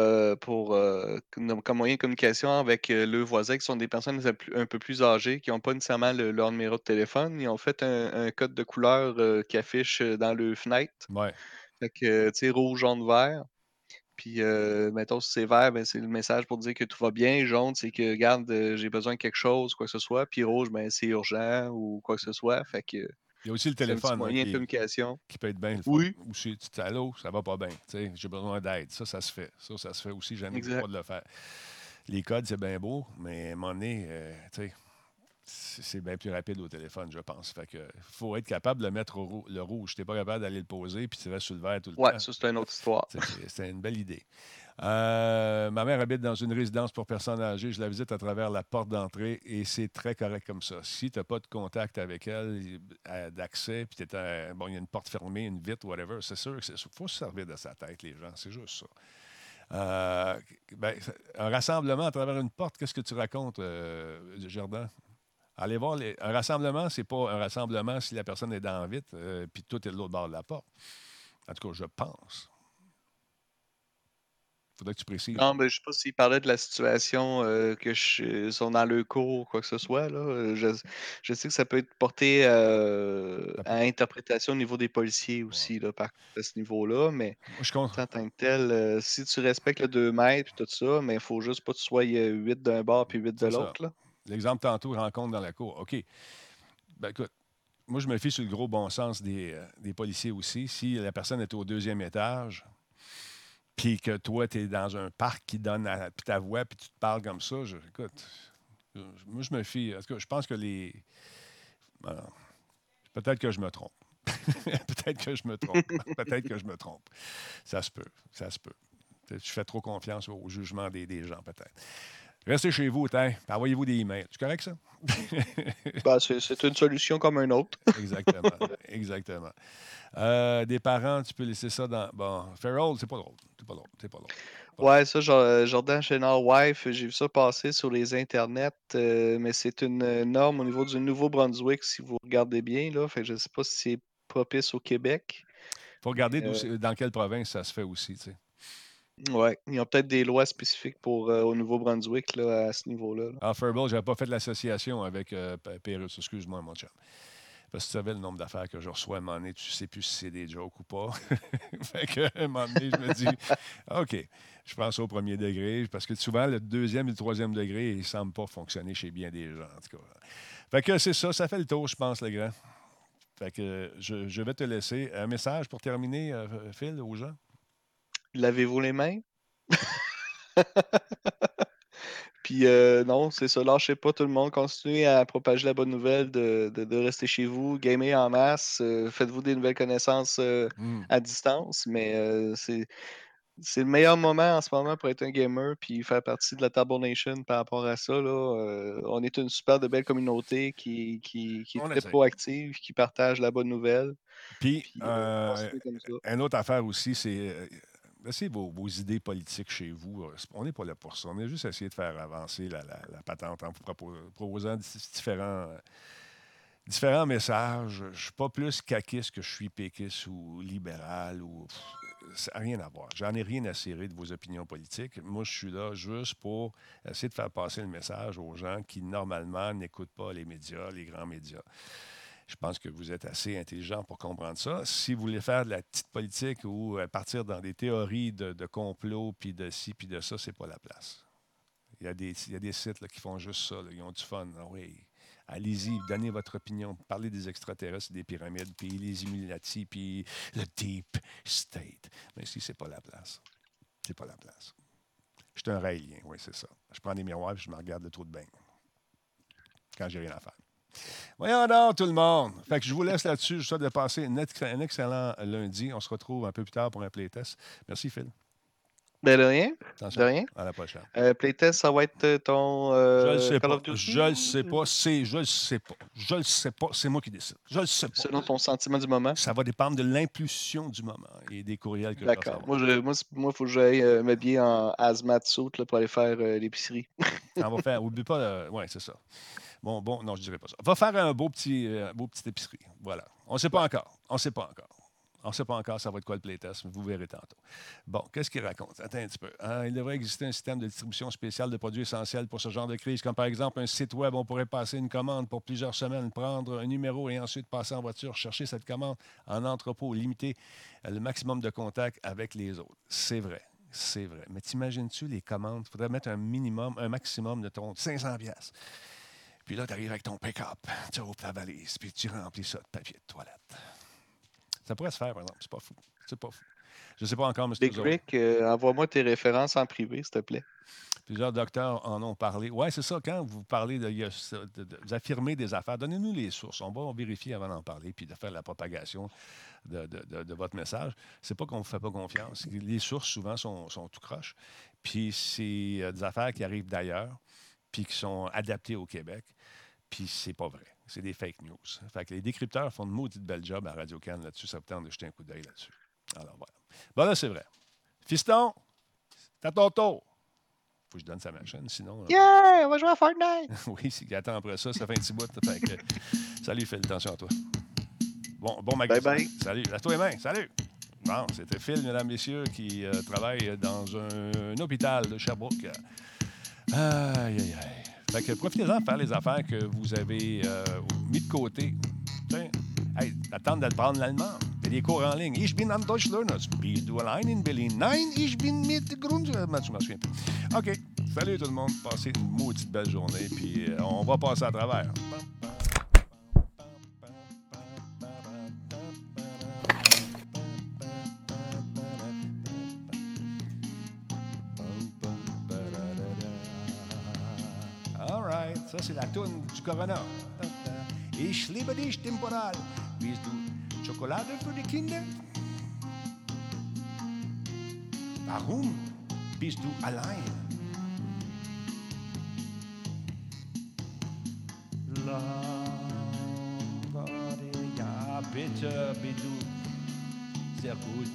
comme moyen de communication avec leurs voisins qui sont des personnes un peu plus âgées, qui n'ont pas nécessairement leur numéro de téléphone. Ils ont fait un code de couleur qui affiche dans leur fenêtre. Ouais. Fait que, tu sais, rouge, jaune, vert. Puis, mettons, si c'est vert, ben, c'est le message pour dire que tout va bien. Jaune, c'est que, regarde, j'ai besoin de quelque chose, quoi que ce soit. Puis rouge, ben, c'est urgent ou quoi que ce soit. Fait que. Il y a aussi le téléphone moyen de communication. Qui peut être bien le fun. Oui. Ou si tu dis allô, ça va pas bien. J'ai besoin d'aide. Ça se fait. Ça se fait aussi. J'en ai le droit de le faire. Les codes, c'est bien beau, mais à un moment donné, c'est bien plus rapide au téléphone, je pense. Fait que faut être capable de le mettre le rouge. Tu n'es pas capable d'aller le poser puis tu restes sur le vert tout le temps. Oui, ça, c'est une autre histoire. C'est une belle idée. Ma mère habite dans une résidence pour personnes âgées. Je la visite à travers la porte d'entrée et c'est très correct comme ça. Si tu n'as pas de contact avec elle, d'accès, puis il y a une porte fermée, une vitre, whatever, c'est sûr qu'il faut se servir de sa tête, les gens. C'est juste ça. Un rassemblement à travers une porte, qu'est-ce que tu racontes, Jordan? Allez voir, un rassemblement, c'est pas un rassemblement si la personne est dans la vitre puis tout est de l'autre bord de la porte. En tout cas, je pense. Faudrait que tu précises. Non, mais je ne sais pas s'il parlait de la situation que sont dans le cours ou quoi que ce soit. Là. Je sais que ça peut être porté à interprétation au niveau des policiers aussi, là, à ce niveau-là. Mais en tant que tel, si tu respectes le 2 mètres et tout ça, mais il ne faut juste pas que tu sois 8 d'un bord puis 8 de l'autre. L'exemple tantôt, rencontre dans la cour. OK. Ben écoute, moi, je me fie sur le gros bon sens des policiers aussi. Si la personne est au 2e étage, puis que toi, tu es dans un parc qui donne puis ta voix, puis tu te parles comme ça, écoute, moi, je me fie. En tout cas, je pense que peut-être que je me trompe. Peut-être que je me trompe. Peut-être que je me trompe. Ça se peut. Je fais trop confiance au jugement des gens, peut-être. Restez chez vous, envoyez-vous des emails. C'est correct, ça? C'est une solution comme une autre. Exactement. Des parents, tu peux laisser ça dans... Bon, Farrell, c'est pas drôle. Ouais, ça, Jordan Chénard Wife, j'ai vu ça passer sur les internets, mais c'est une norme au niveau du Nouveau-Brunswick, si vous regardez bien, là. Fait que je ne sais pas si c'est propice au Québec. Il faut regarder dans quelle province ça se fait aussi, tu sais. Oui, ils ont peut-être des lois spécifiques pour au Nouveau-Brunswick là, à ce niveau-là. Ah, Furble, je n'avais pas fait de l'association avec Pérus, excuse-moi, mon chum. Parce que tu savais le nombre d'affaires que je reçois à un moment donné, tu ne sais plus si c'est des jokes ou pas. Fait qu'à un moment donné, je me dis, OK, je pense au 1er degré, parce que souvent, le 2e et le 3e degré, ils ne semblent pas fonctionner chez bien des gens, en tout cas. Fait que c'est ça fait le tour, je pense, le grand. Fait que je vais te laisser. Un message pour terminer, Phil, aux gens? Lavez-vous les mains. Puis non, c'est ça. Lâchez pas tout le monde. Continuez à propager la bonne nouvelle de rester chez vous, gamer en masse. Faites-vous des nouvelles connaissances à distance. Mais c'est le meilleur moment en ce moment pour être un gamer puis faire partie de la Table Nation par rapport à ça. Là. On est une super de belle communauté qui est très proactive, qui partage la bonne nouvelle. Puis une autre affaire aussi, c'est... Essayez vos idées politiques chez vous. On n'est pas là pour ça. On a juste essayé de faire avancer la patente en vous proposant différents messages. Je ne suis pas plus caquiste que je suis péquiste ou libéral. Ça n'a rien à voir. J'en ai rien à cirer de vos opinions politiques. Moi, je suis là juste pour essayer de faire passer le message aux gens qui, normalement, n'écoutent pas les médias, les grands médias. Je pense que vous êtes assez intelligent pour comprendre ça. Si vous voulez faire de la petite politique ou partir dans des théories de complot, puis de ci, puis de ça, c'est pas la place. Il y a des sites là, qui font juste ça. Là. Ils ont du fun. Oui. Allez-y, donnez votre opinion. Parlez des extraterrestres, des pyramides, puis les Illuminati, puis le Deep State. Mais ici, c'est pas la place. C'est pas la place. Je suis un raélien, oui, c'est ça. Je prends des miroirs et je me regarde le trou de bain. Quand j'ai rien à faire. Voyons donc, tout le monde. Fait que je vous laisse là-dessus. Je vous souhaite de passer un excellent lundi. On se retrouve un peu plus tard pour un playtest. Merci, Phil. Ben de rien. Attention. De rien. À la prochaine. Playtest, ça va être ton Call of Duty? Je le sais pas. Je le sais pas. C'est moi qui décide. Je le sais pas. Selon ton sentiment du moment? Ça va dépendre de l'impulsion du moment et des courriels que je vais recevoir. Moi, il faut que j'aille m'habiller en hazmat suit là, pour aller faire l'épicerie. On va faire. Oublie pas. Oui, c'est ça. Bon, non, je ne dirais pas ça. Va faire un beau petit épicerie. Voilà. On ne sait pas encore. On ne sait pas encore ça va être quoi le playtest. Vous verrez tantôt. Bon, qu'est-ce qu'il raconte? Attends un petit peu. Il devrait exister un système de distribution spécial de produits essentiels pour ce genre de crise, comme par exemple un site web. On pourrait passer une commande pour plusieurs semaines, prendre un numéro et ensuite passer en voiture, chercher cette commande en entrepôt, limiter le maximum de contact avec les autres. C'est vrai. Mais t'imagines-tu les commandes? Il faudrait mettre un maximum de ton 500$. Puis là, tu arrives avec ton pick-up, tu ouvres ta valise, puis tu remplis ça de papier de toilette. Ça pourrait se faire, par exemple. C'est pas fou. C'est pas fou. Je ne sais pas encore, M. Big Rick, envoie-moi tes références en privé, s'il te plaît. Plusieurs docteurs en ont parlé. Oui, c'est ça. Quand vous parlez vous affirmez des affaires, donnez-nous les sources. On va vérifier avant d'en parler puis de faire la propagation de votre message. C'est pas qu'on ne vous fait pas confiance. Les sources, souvent, sont tout croches. Puis c'est des affaires qui arrivent d'ailleurs puis qui sont adaptées au Québec. Puis c'est pas vrai. C'est des fake news. Fait que les décrypteurs font de maudite belle job à Radio-Can là-dessus. Ça vous tente de jeter un coup d'œil là-dessus. Alors voilà. Bon, là, c'est vrai. Fiston, c'est à ton tour. Faut que je donne sa machine, sinon... Yeah! On va jouer à Fortnite! Oui, s'il attend après ça, ça fait un petit bout. Fait que, salut, Phil, attention à toi. Bon magasin. Bye-bye. Salut, lâche-toi les mains, salut! Bon, c'était Phil, mesdames, messieurs, qui travaille dans un hôpital de Sherbrooke. Aïe, aïe, aïe. Fait que profitez-en de faire les affaires que vous avez mis de côté. Tiens, hey, attendre d'apprendre l'allemand. Il y a des cours en ligne. Ich bin am Deutschlerner. Spiel du allein in Berlin. Nein, ich bin mit Grund... OK. Salut tout le monde. Passez une maudite belle journée. Puis on va passer à travers. All right. Ça, c'est la toune du Corona. Ich liebe dich, temporal. Bist du Schokolade für die Kinder? Warum bist du allein? Ja, bitte, bitte. Sehr gut.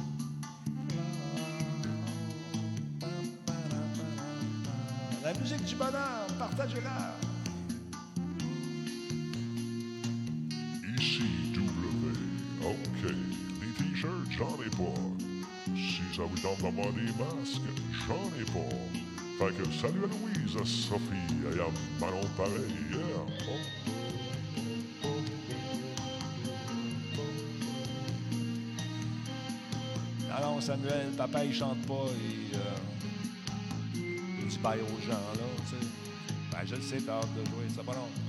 La musique du bonheur, partagez-la. OK, les t-shirts, j'en ai pas. Si ça vous tente d'avoir des masques, j'en ai pas. Fait que salut à Louise, à Sophie, et à Manon pareil, yeah. Alors, Samuel, papa, il chante pas et il dit bye aux gens, là, tu sais. Ben, je le sais, t'as hâte de jouer, c'est pas long.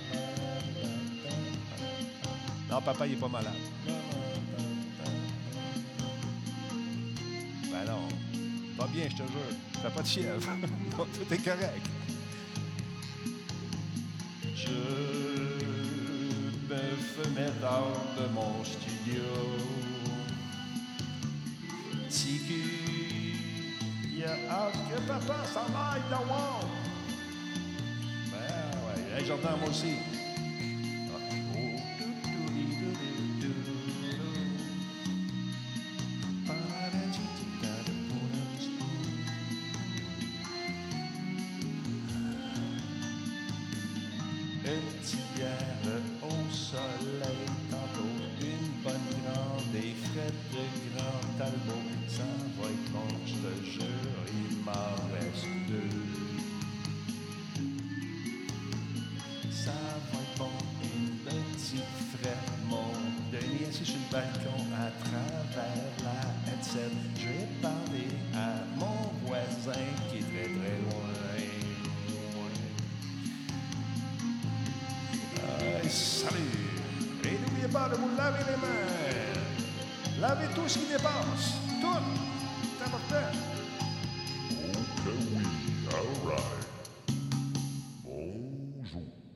Non, papa, il est pas malade. Ben non. Va bien, je te jure. Fais pas de fièvre. Tout est correct. Je me fais hors de mon studio. Tiki, il a hâte que papa s'en aille dans WOW. Ben ouais, hey, j'entends moi aussi. Lavez tout ce qui dépasse. Tout. C'est important. OK, oui. All right. Bonjour.